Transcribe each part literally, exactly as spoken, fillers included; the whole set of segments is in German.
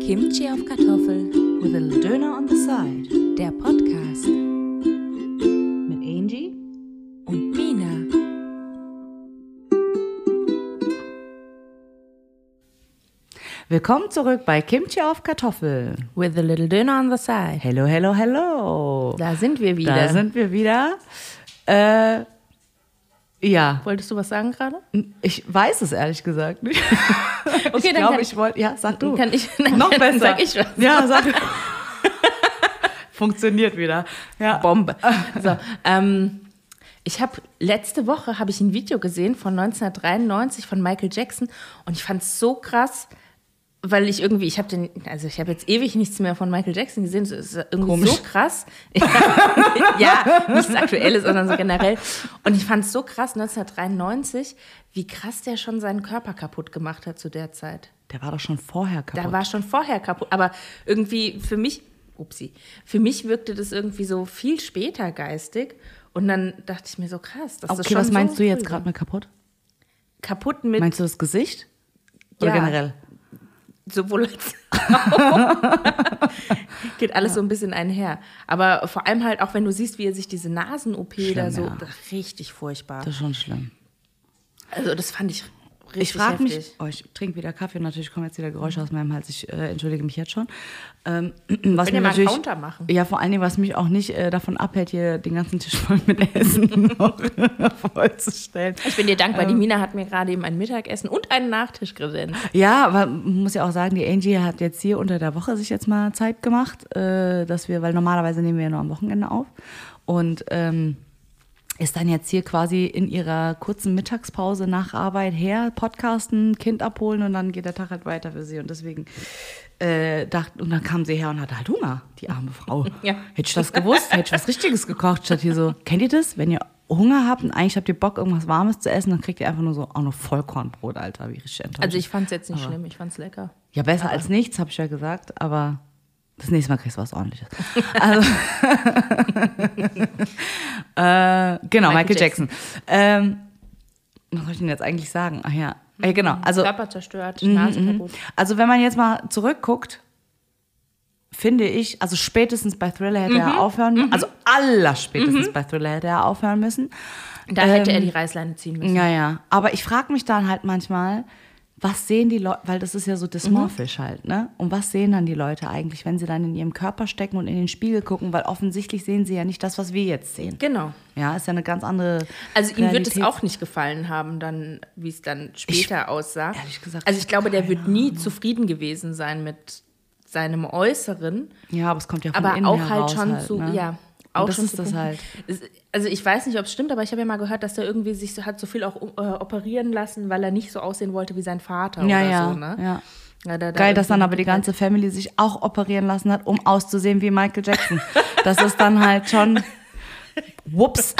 Kimchi auf Kartoffel with a little Döner on the side. Der Podcast Mit Angie und Mina. Willkommen zurück bei Kimchi auf Kartoffel. With a little Döner on the side. Hello, hello, hello. Da sind wir wieder. Da sind wir wieder. Äh, ja. Wolltest du was sagen gerade? Ich weiß es ehrlich gesagt nicht. Okay, ich dann glaube, kann ich wollte. Ja, sag du. Kann ich, dann Noch kann, besser. Sag ich was. Ja, sag. Funktioniert wieder. Ja. Bombe. So, ähm, ich habe letzte Woche habe ich ein Video gesehen von neunzehnhundertdreiundneunzig von Michael Jackson und ich fand es so krass, weil ich irgendwie, ich habe den, also ich habe jetzt ewig nichts mehr von Michael Jackson gesehen, es ist irgendwie Komisch. so krass. Ja, nichts Aktuelles, sondern so generell. Und ich fand es so krass, neunzehnhundertdreiundneunzig, wie krass der schon seinen Körper kaputt gemacht hat zu der Zeit. Der war doch schon vorher kaputt. Der war schon vorher kaputt, aber irgendwie für mich, upsie, für mich wirkte das irgendwie so viel später geistig. Und dann dachte ich mir so, krass, das okay, ist schon was meinst so du jetzt früh. gerade mit kaputt? Kaputt mit, Meinst du das Gesicht? Oder Ja. generell? sowohl als auch. Geht alles so ein bisschen einher. Aber vor allem halt auch, wenn du siehst, wie er sich diese Nasen-O P da so, ja. richtig furchtbar. Das ist schon schlimm. Also das fand ich richtig Ich frage mich, heftig. oh, ich trinke wieder Kaffee und natürlich kommen jetzt wieder Geräusche aus meinem Hals. Ich äh, entschuldige mich jetzt schon. Ähm, was Können wir mal einen Counter machen? Ja, vor allen Dingen, was mich auch nicht äh, davon abhält, hier den ganzen Tisch voll mit Essen noch vollzustellen. Ich bin dir dankbar, Ähm. die Mina hat mir gerade eben ein Mittagessen und einen Nachtisch kredenzt. Ja, aber man muss ja auch sagen, die Angie hat jetzt hier unter der Woche sich jetzt mal Zeit gemacht, äh, dass wir, weil normalerweise nehmen wir ja nur am Wochenende auf und ähm, ist dann jetzt hier quasi in ihrer kurzen Mittagspause nach Arbeit her, podcasten, Kind abholen und dann geht der Tag halt weiter für sie. Und deswegen äh, dachte, und dann kam sie her und hatte halt Hunger, die arme Frau. Ja. Hätte ich das gewusst, hätte ich was Richtiges gekocht, statt hier so, kennt ihr das? Wenn ihr Hunger habt und eigentlich habt ihr Bock, irgendwas Warmes zu essen, dann kriegt ihr einfach nur so, auch nur Vollkornbrot, Alter, wie richtig enttäuschend. Also ich fand es jetzt nicht schlimm, ich fand es lecker. Ja, besser als nichts, habe ich ja gesagt, aber das nächste Mal kriegst du was Ordentliches. Also, äh, genau, Michael, Michael Jackson. Ähm, was soll ich denn jetzt eigentlich sagen? Ach ja, äh, genau. Also, Körper zerstört, Nase kaputt. also wenn man jetzt mal zurückguckt, finde ich, also spätestens bei Thriller hätte er aufhören müssen. Also allerspätestens bei Thriller hätte er aufhören müssen. Da hätte er die Reißleine ziehen müssen. Ja, ja. Aber ich frage mich dann halt manchmal, was sehen die Leute, weil das ist ja so dysmorphisch halt, ne? Und was sehen dann die Leute eigentlich, wenn sie dann in ihrem Körper stecken und in den Spiegel gucken? Weil offensichtlich sehen sie ja nicht das, was wir jetzt sehen. Genau. Ja, ist ja eine ganz andere Also ihm wird es Realität. auch nicht gefallen haben, dann, wie es dann später aussah. ehrlich gesagt, also ich glaube, der wird nie zufrieden gewesen sein mit seinem Äußeren, Ja, aber es kommt ja von aber innen auch heraus halt schon halt, zu, ne? ja, Und auch das schon ist zu das Punkten. halt. Es- Also ich weiß nicht, ob es stimmt, aber ich habe ja mal gehört, dass er irgendwie sich so, hat so viel auch äh, operieren lassen, weil er nicht so aussehen wollte wie sein Vater Ja, oder ja, so, ne? ja. Ja, da- da Geil, dass dann irgendwie aber die ganze Family sich auch operieren lassen hat, um auszusehen wie Michael Jackson. Das ist dann halt schon, whoops.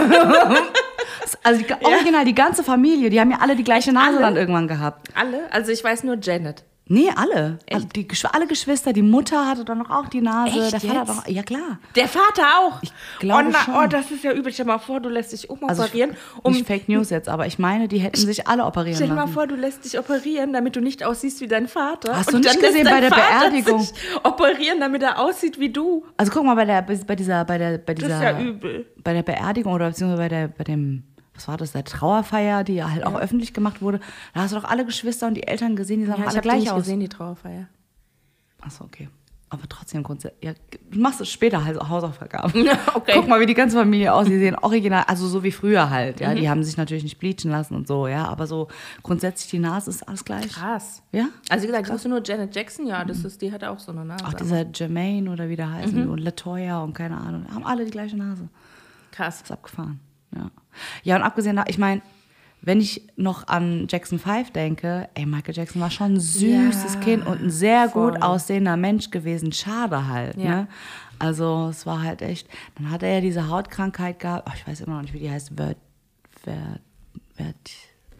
Also die, original, die ganze Familie, die haben ja alle die gleiche Nase dann irgendwann gehabt. Alle? Also ich weiß nur Janet. Nee, alle. Also die, Geschw- alle Geschwister, die Mutter hatte doch noch auch die Nase. Echt der Vater jetzt? doch, ja klar. Der Vater auch? Ich glaube oh, na, schon. oh, das ist ja übel. Stell dir mal vor, du lässt dich Also umoperieren. ich, um nicht Fake News jetzt, aber ich meine, die hätten sich alle operieren Stell dir mal lassen. vor, du lässt dich operieren, damit du nicht aussiehst wie dein Vater. Hast du Und nicht dann lässt gesehen dein bei der Vater Beerdigung? Sich operieren, damit er aussieht wie du. Also guck mal, bei der, bei dieser, bei der, bei Das dieser, ist ja übel. bei der Beerdigung oder beziehungsweise bei der, bei dem, was war das, der Trauerfeier, die ja halt auch öffentlich gemacht wurde, da hast du doch alle Geschwister und die Eltern gesehen, die sahen Ja, ich alle habe die gleich nicht aus. gesehen, die Trauerfeier. Achso, okay. Aber trotzdem grundsätzlich. Ja, du machst es später halt Hausaufgaben. Okay. Guck mal, wie die ganze Familie aussieht. Die sehen original, also so wie früher halt. Ja, die haben sich natürlich nicht bleachen lassen und so, ja. Aber so grundsätzlich die Nase ist alles gleich. Krass. Ja? Also wie gesagt, ich wusste nur Janet Jackson, ja, das ist, die hatte auch so eine Nase. Auch dieser Jermaine oder wie der heißen und Latoya und keine Ahnung. Haben alle die gleiche Nase. Krass. Das ist abgefahren. Ja. Ja, und abgesehen da, ich meine, wenn ich noch an Jackson fünf denke, ey, Michael Jackson war schon ein süßes Ja, Kind und ein sehr voll. gut aussehender Mensch gewesen. Schade halt, Ja. ne? Also es war halt echt, dann hat er ja diese Hautkrankheit gehabt, oh, ich weiß immer noch nicht, wie die heißt, Vert, Vert, Vert,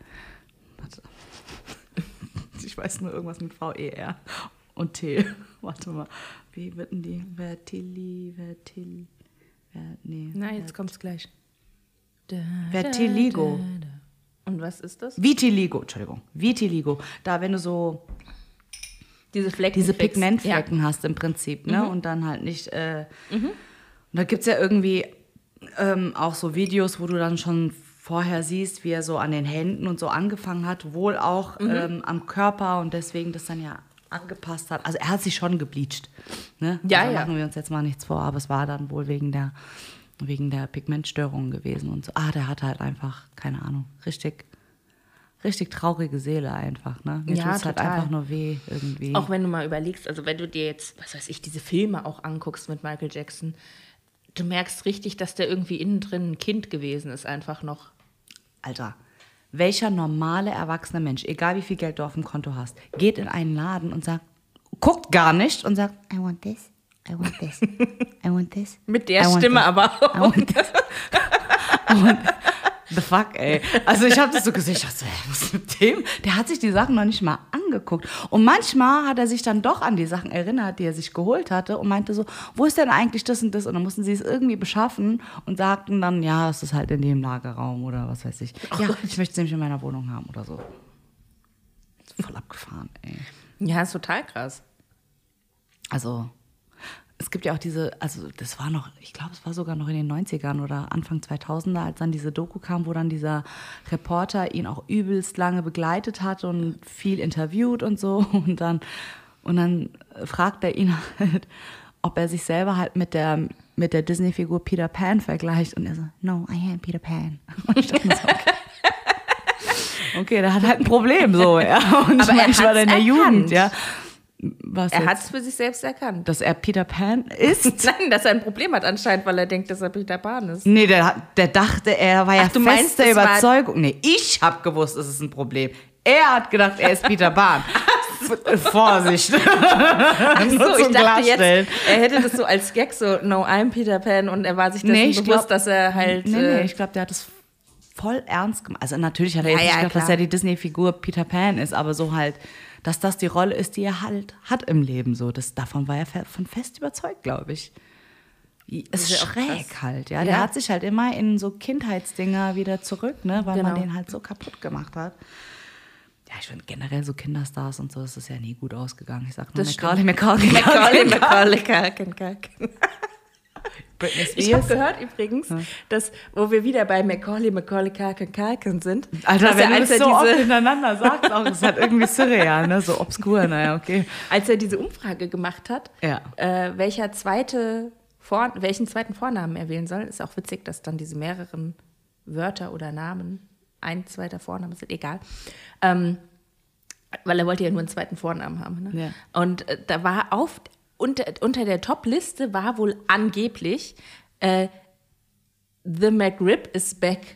warte. Ich weiß nur irgendwas mit V E R und T. Warte mal, wie wird denn die? Vertili, Vertil, Ver, nee. Nein, jetzt kommt's gleich. Da, Vertiligo. da, da. Und was ist das? Vitiligo, Entschuldigung, Vitiligo. Da, wenn du so, diese Flecken, diese Pigmentflecken ja. hast im Prinzip, ne? Mhm. Und dann halt nicht. Äh, mhm. Und da gibt es ja irgendwie ähm, auch so Videos, wo du dann schon vorher siehst, wie er so an den Händen und so angefangen hat, wohl auch mhm. ähm, am Körper und deswegen das dann ja angepasst hat. Also er hat sich schon gebleicht. Ne? Ja, also ja. machen wir uns jetzt mal nichts vor, aber es war dann wohl wegen der, wegen der Pigmentstörungen gewesen und so. Ah, der hatte halt einfach, keine Ahnung, richtig, richtig traurige Seele einfach. Ne? Mir ja, tut's halt einfach nur weh irgendwie. Auch wenn du mal überlegst, also wenn du dir jetzt, was weiß ich, diese Filme auch anguckst mit Michael Jackson, du merkst richtig, dass der irgendwie innen drin ein Kind gewesen ist, einfach noch. Alter, welcher normale, erwachsene Mensch, egal wie viel Geld du auf dem Konto hast, geht in einen Laden und sagt, guckt gar nicht und sagt, I want this, I want this, I want this. Mit der Stimme this. Aber auch. I want this. I want this. The fuck, ey. Also ich habe das so gesehen, ich dachte, was ist mit dem? Der hat sich die Sachen noch nicht mal angeguckt. Und manchmal hat er sich dann doch an die Sachen erinnert, die er sich geholt hatte und meinte so, wo ist denn eigentlich das und das? Und dann mussten sie es irgendwie beschaffen und sagten dann, ja, es ist halt in dem Lagerraum oder was weiß ich. Ja, ich möchte es nämlich in meiner Wohnung haben oder so. Voll abgefahren, ey. Ja, ist total krass. Also... Es gibt ja auch diese, also das war noch, ich glaube, es war sogar noch in den neunzigern oder Anfang zweitausender, als dann diese Doku kam, wo dann dieser Reporter ihn auch übelst lange begleitet hat und viel interviewt und so. Und dann, und dann fragt er ihn halt, ob er sich selber halt mit der, mit der Disney-Figur Peter Pan vergleicht. Und er so, no, I am Peter Pan. Und ich dachte mir so, okay. Okay, der hat halt ein Problem so, ja. Und aber ich war in der erkannt. Jugend, ja. Was er hat es für sich selbst erkannt. Dass er Peter Pan ist? Nein, dass er ein Problem hat anscheinend, weil er denkt, dass er Peter Pan ist. Nee, der, der dachte, er war ja Ach, du meinst, fest der Überzeugung. Nee, ich habe gewusst, es ist ein Problem. Er hat gedacht, er ist Peter Pan. Vorsicht. Ach so, ich dachte jetzt, er hätte das so als Gag so, no, I'm Peter Pan und er war sich dessen nee, bewusst, glaub, dass er halt... Nee, nee, ich glaube, der hat das voll ernst gemacht. Also natürlich hat er jetzt ja, nicht ja, gedacht, klar. dass er die Disney-Figur Peter Pan ist, aber so halt... dass das die Rolle ist, die er halt hat im Leben. So. Das, davon war er von fest überzeugt, glaube ich. Es ist schräg halt, ja. Der ja. hat sich halt immer in so Kindheitsdinger wieder zurück, ne, weil genau. man den halt so kaputt gemacht hat. Ja, ich finde generell so Kinderstars und so, das ist ja nie gut ausgegangen. Ich sag nur Macaulay, Macaulay, Macaulay, Macaulay, Culkin, Culkin. Ich habe gehört übrigens, ja. dass, wo wir wieder bei Macaulay, Macaulay, Culkin, Culkin sind. Alter, dass wenn er, du das so diese, oft hintereinander sagst, auch, das ist halt irgendwie surreal, ne? So obskur, naja, okay. Als er diese Umfrage gemacht hat, ja. äh, welcher zweite Vor- welchen zweiten Vornamen er wählen soll, ist auch witzig, dass dann diese mehreren Wörter oder Namen ein zweiter Vorname sind, egal. Ähm, weil er wollte ja nur einen zweiten Vornamen haben. Ne? Ja. Und äh, da war auf... Unter, unter der Top-Liste war wohl angeblich äh, The McRib is back.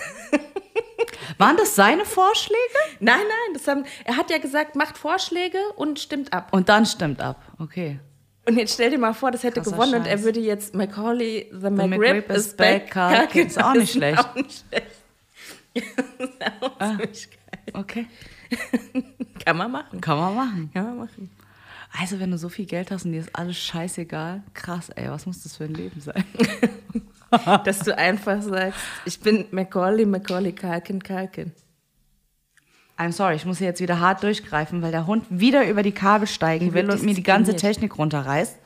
Waren das seine Vorschläge? Nein, nein, das haben, er hat ja gesagt, macht Vorschläge und stimmt ab. Und dann stimmt ab, okay. Und jetzt stell dir mal vor, das hätte Krasser gewonnen Scheiß. Und er würde jetzt Macaulay, The, the McRib, McRib is, is back. back. Okay, ist auch nicht schlecht. Auch nicht schlecht. Das ist auch ah, ziemlich geil. Okay. Kann man machen. Kann man machen. Kann man machen. Also, wenn du so viel Geld hast und dir ist alles scheißegal, krass, ey, was muss das für ein Leben sein? Dass du einfach sagst, ich bin Macaulay, Macaulay, Culkin, Culkin. I'm sorry, ich muss hier jetzt wieder hart durchgreifen, weil der Hund wieder über die Kabel steigen will und mir die ganze Technik runterreißt.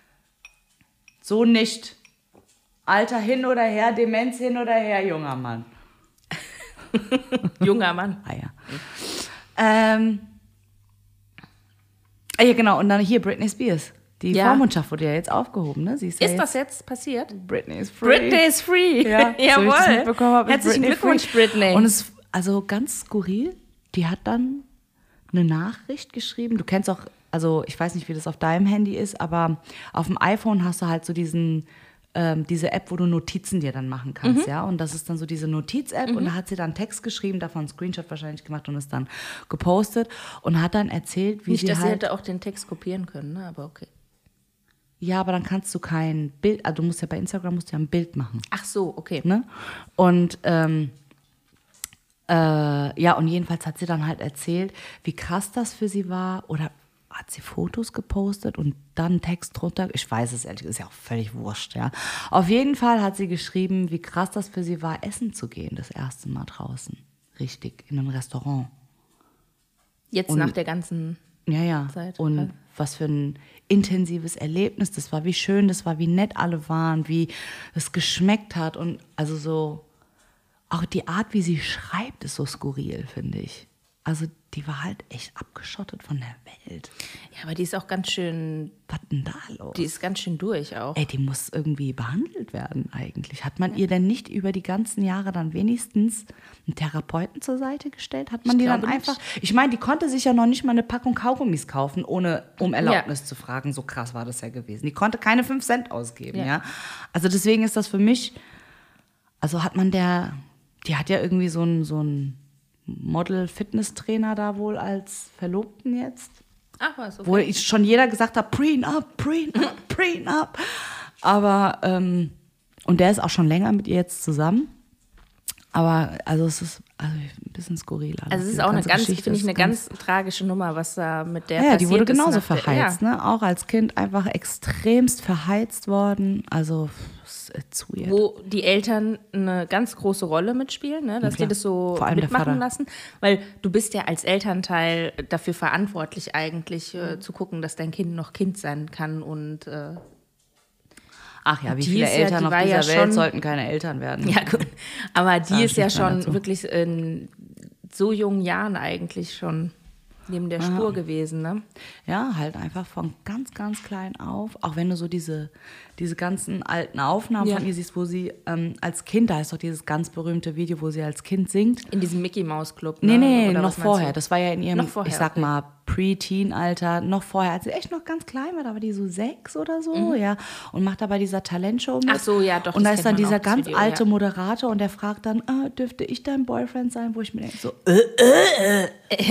So nicht. Alter hin oder her, Demenz hin oder her, junger Mann. Junger Mann. Ah ja. Ähm... Ja, genau, und dann hier Britney Spears. Die ja. Vormundschaft wurde ja jetzt aufgehoben, ne? Sie ist ist ja das jetzt passiert? Britney is free. Britney is free. Ja, jawohl. So ich das habe, herzlichen Britney Glückwunsch, free. Britney. Und es, also ganz skurril, die hat dann eine Nachricht geschrieben. Du kennst auch, also ich weiß nicht, wie das auf deinem Handy ist, aber auf dem iPhone hast du halt so diesen... diese App, wo du Notizen dir dann machen kannst, mhm. ja, und das ist dann so diese Notiz-App mhm. und da hat sie dann Text geschrieben, davon einen Screenshot wahrscheinlich gemacht und es dann gepostet und hat dann erzählt, wie Nicht, sie dass halt... sie hätte auch den Text kopieren können, ne? Aber okay. Ja, aber dann kannst du kein Bild, also du musst ja bei Instagram musst du ja ein Bild machen. Ach so, okay. Ne? Und ähm, äh, ja, und jedenfalls hat sie dann halt erzählt, wie krass das für sie war oder hat sie Fotos gepostet und dann Text drunter. Ich weiß es ehrlich, ist ja auch völlig wurscht, ja. Auf jeden Fall hat sie geschrieben, wie krass das für sie war, essen zu gehen, das erste Mal draußen. Richtig, in einem Restaurant. Jetzt und nach der ganzen Ja, ja. Zeit. Und Ja. was für ein intensives Erlebnis das war, wie schön das war, wie nett alle waren, wie es geschmeckt hat. Und also so, auch die Art, wie sie schreibt, ist so skurril, finde ich. Also die war halt echt abgeschottet von der Welt. Ja, aber die ist auch ganz schön, Was denn da los? die ist ganz schön durch auch. Ey, die muss irgendwie behandelt werden eigentlich. Hat man ihr denn nicht über die ganzen Jahre dann wenigstens einen Therapeuten zur Seite gestellt? Hat man Ich die dann glaube einfach... nicht. Ich meine, die konnte sich ja noch nicht mal eine Packung Kaugummis kaufen, ohne um Erlaubnis ja. zu fragen. So krass war das ja gewesen. Die konnte keine fünf Cent ausgeben, ja. ja. Also deswegen ist das für mich... Also hat man der... Die hat ja irgendwie so einen so einen Model-Fitness-Trainer da wohl als Verlobten jetzt. Ach was, okay. Wo schon jeder gesagt hat, Prenup, Prenup, Prenup. Aber, ähm, und der ist auch schon länger mit ihr jetzt zusammen. Aber, also es ist also ein bisschen skurril. Also es ist auch eine ganz, finde ich, eine ganz, ganz tragische Nummer, was da mit der ja, passiert die wurde ist genauso nach der- verheizt, ja. ne? Auch als Kind einfach extremst verheizt worden. Also, es ist zu weird. Wo die Eltern eine ganz große Rolle mitspielen, ne? dass Ja, die das so vor allem der mitmachen Vater. lassen. Weil du bist ja als Elternteil dafür verantwortlich eigentlich, äh, zu gucken, dass dein Kind noch Kind sein kann. Und äh, Ach ja, wie die viele ist ja- Eltern die auf war dieser ja Welt schon- sollten keine Eltern werden. ja, gut. Aber die Ja, ist ja stimmt man schon dazu. wirklich in so jungen Jahren eigentlich schon neben der Spur gewesen. Ne? Ja, halt einfach von ganz, ganz klein auf. Auch wenn du so diese, diese ganzen alten Aufnahmen Ja. von ihr siehst, wo sie ähm, als Kind, da ist doch dieses ganz berühmte Video, wo sie als Kind singt. In diesem Mickey Mouse Club. Nee, ne? nee, Oder noch was meinst vorher. du? Das war ja in ihrem, Noch vorher, ich sag okay. mal, Pre-Teen-Alter, noch vorher, als sie echt noch ganz klein war, da war die so sechs oder so, ja. Und macht da bei dieser Talentshow mit. Ach so, ja, doch, Und da das ist kennt dann man dieser auch, das ganz Video, alte ja. Moderator und der fragt dann, ah, dürfte ich dein Boyfriend sein? Wo ich mir denke, so, äh, äh, äh.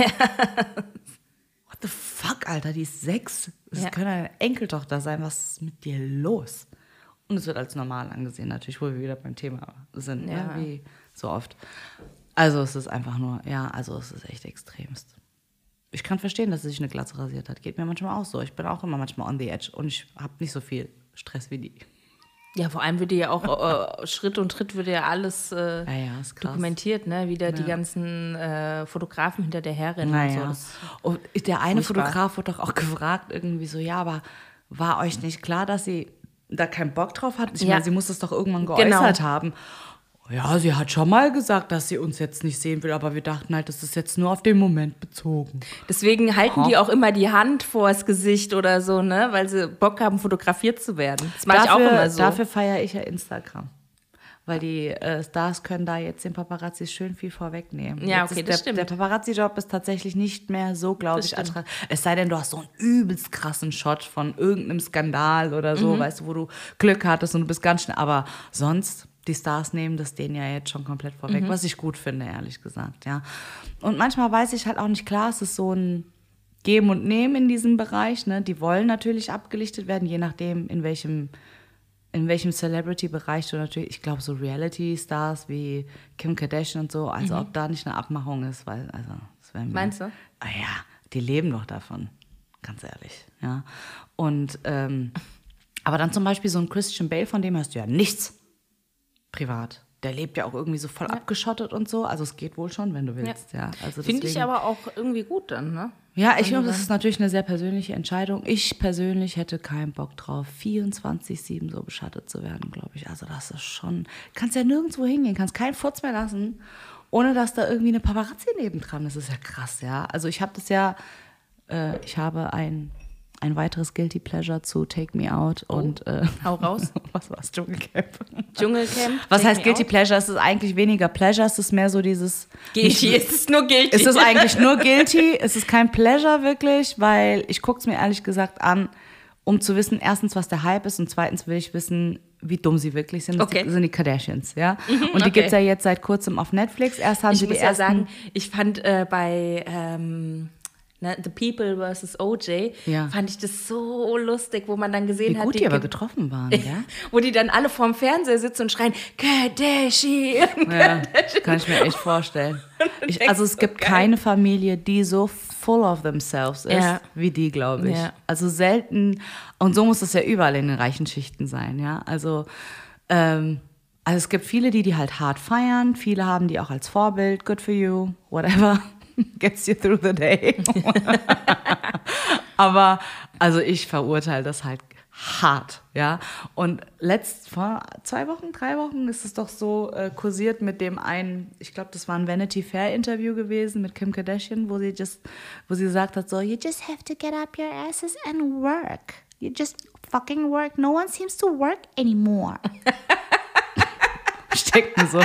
What the fuck, Alter, die ist sechs. Das Ja. könnte eine Enkeltochter sein. Was ist mit dir los? Und es wird als normal angesehen, natürlich, wo wir wieder beim Thema sind, Ja. ne? Wie so oft. Also es ist einfach nur, ja, also es ist echt extremst. Ich kann verstehen, dass sie sich eine Glatze rasiert hat. Geht mir manchmal auch so. Ich bin auch immer manchmal on the edge und ich habe nicht so viel Stress wie die. Ja, vor allem würde ja auch äh, Schritt und Tritt würde ja alles äh, Ja, ja, ist krass. dokumentiert, ne? Wie da die ganzen äh, Fotografen hinter der herrennen und so. Naja. Das, Und der eine furchtbar. Fotograf wurde doch auch gefragt, irgendwie so, ja, aber war euch nicht klar, dass sie da keinen Bock drauf hat? Ich Ja. meine, sie muss es doch irgendwann geäußert Genau. haben. Ja, sie hat schon mal gesagt, dass sie uns jetzt nicht sehen will, aber wir dachten halt, das ist jetzt nur auf den Moment bezogen. deswegen halten Aha. die auch immer die Hand vors Gesicht oder so, ne? Weil sie Bock haben, fotografiert zu werden. Das mache ich auch immer so. Dafür feiere ich ja Instagram. Weil die äh, Stars können da jetzt den Paparazzis schön viel vorwegnehmen. Ja, Jetzt okay, ist das der, stimmt. Der Paparazzi-Job ist tatsächlich nicht mehr so, glaube Das ich, stimmt. attraktiv. Es sei denn, du hast so einen übelst krassen Shot von irgendeinem Skandal oder so, Mhm. weißt du, wo du Glück hattest und du bist ganz schnell. Aber sonst, die Stars nehmen das denen ja jetzt schon komplett vorweg, Mhm. was ich gut finde, ehrlich gesagt, ja. Und manchmal weiß ich halt auch nicht, klar, es ist so ein Geben und Nehmen in diesem Bereich, ne? Die wollen natürlich abgelichtet werden, je nachdem, in welchem in welchem Celebrity-Bereich du natürlich, ich glaube, so Reality-Stars wie Kim Kardashian und so, also ob da nicht eine Abmachung ist, weil, also, das wäre mir... Meinst du? Ah ja, die leben doch davon, ganz ehrlich, ja. Und, ähm, aber dann zum Beispiel so ein Christian Bale, von dem hast du ja nichts privat. Der lebt ja auch irgendwie so voll abgeschottet und so, also es geht wohl schon, wenn du willst, ja. Also Finde ich deswegen- aber auch irgendwie gut dann, ne? ja, ich glaube, das ist natürlich eine sehr persönliche Entscheidung. Ich persönlich hätte keinen Bock drauf, vierundzwanzig sieben so beschattet zu werden, glaube ich. Also das ist schon, kannst ja nirgendwo hingehen, kannst keinen Furz mehr lassen, ohne dass da irgendwie eine Paparazzi nebendran ist. Das ist ja krass, ja. Also ich habe das ja, äh, ich habe ein, ein weiteres Guilty Pleasure zu Take Me Out und äh, Hau raus. was war's, Dschungelcamp. Dschungelcamp. Was Take heißt Me Guilty Out. Pleasure? Es ist eigentlich weniger Pleasure, es ist mehr so dieses... Guilty, es ist nur guilty. Es ist eigentlich nur guilty, es ist kein Pleasure wirklich, weil ich gucke es mir ehrlich gesagt an, um zu wissen, erstens, was der Hype ist und zweitens will ich wissen, wie dumm sie wirklich sind. Das Okay. sind die Kardashians, ja. Und die okay. gibt es ja jetzt seit kurzem auf Netflix. Erst haben Ich sie muss die ja ersten... sagen, ich fand äh, bei ähm, ne, The People versus O J, Ja. fand ich das so lustig, wo man dann gesehen wie hat, gut die, aber ge- getroffen waren, ja. wo die dann alle vorm Fernseher sitzen und schreien, Kardashian. Ja, kann ich mir echt vorstellen. Ich, also es gibt keine Familie, die so full of themselves ist, Ja. wie die, glaube ich. Ja. Also selten, und so muss es ja überall in den reichen Schichten sein, ja. Also, ähm, also es gibt viele, die die halt hart feiern, viele haben die auch als Vorbild, good for you, whatever, gets you through the day. Aber, also ich verurteile das halt hart, ja. Und letzt, vor zwei Wochen, drei Wochen ist es doch so äh, kursiert mit dem einen, ich glaube, das war ein Vanity Fair Interview gewesen mit Kim Kardashian, wo sie just, wo sie gesagt hat so, you just have to get up your asses and work. You just fucking work. No one seems to work anymore. Ich denke mir so,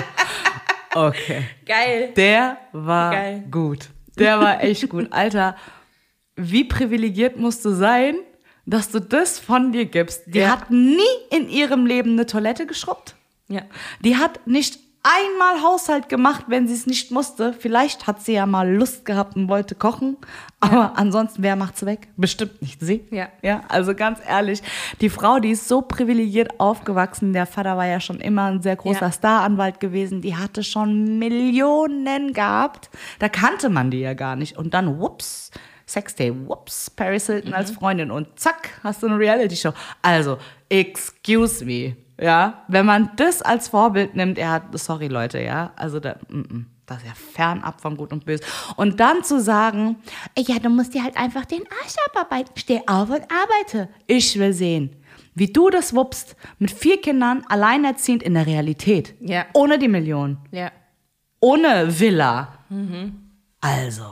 okay. Geil. Der war Geil. gut. Der war echt gut. Alter, wie privilegiert musst du sein, dass du das von dir gibst. Die Ja. hat nie in ihrem Leben eine Toilette geschrubbt. Ja. Die hat nicht einmal Haushalt gemacht, wenn sie es nicht musste. Vielleicht hat sie ja mal Lust gehabt und wollte kochen. Aber ja. ansonsten, wer macht's weg? Bestimmt nicht sie. Ja. Ja, also ganz ehrlich, die Frau, die ist so privilegiert aufgewachsen. Der Vater war ja schon immer ein sehr großer Ja. Staranwalt gewesen. Die hatte schon Millionen gehabt. Da kannte man die ja gar nicht. Und dann, whoops, Sextape, whoops, Paris Hilton mhm. als Freundin und zack, hast du eine Reality-Show. Also, excuse me, ja, wenn man das als Vorbild nimmt, er hat, sorry Leute, ja, also da, mm, das ist ja fernab von Gut und Böse. Und dann zu sagen, ja, du musst dir halt einfach den Arsch abarbeiten, steh auf und arbeite. Ich will sehen, wie du das wuppst, mit vier Kindern, alleinerziehend in der Realität, Ja. ohne die Millionen, Ja. ohne Villa. Mhm. Also...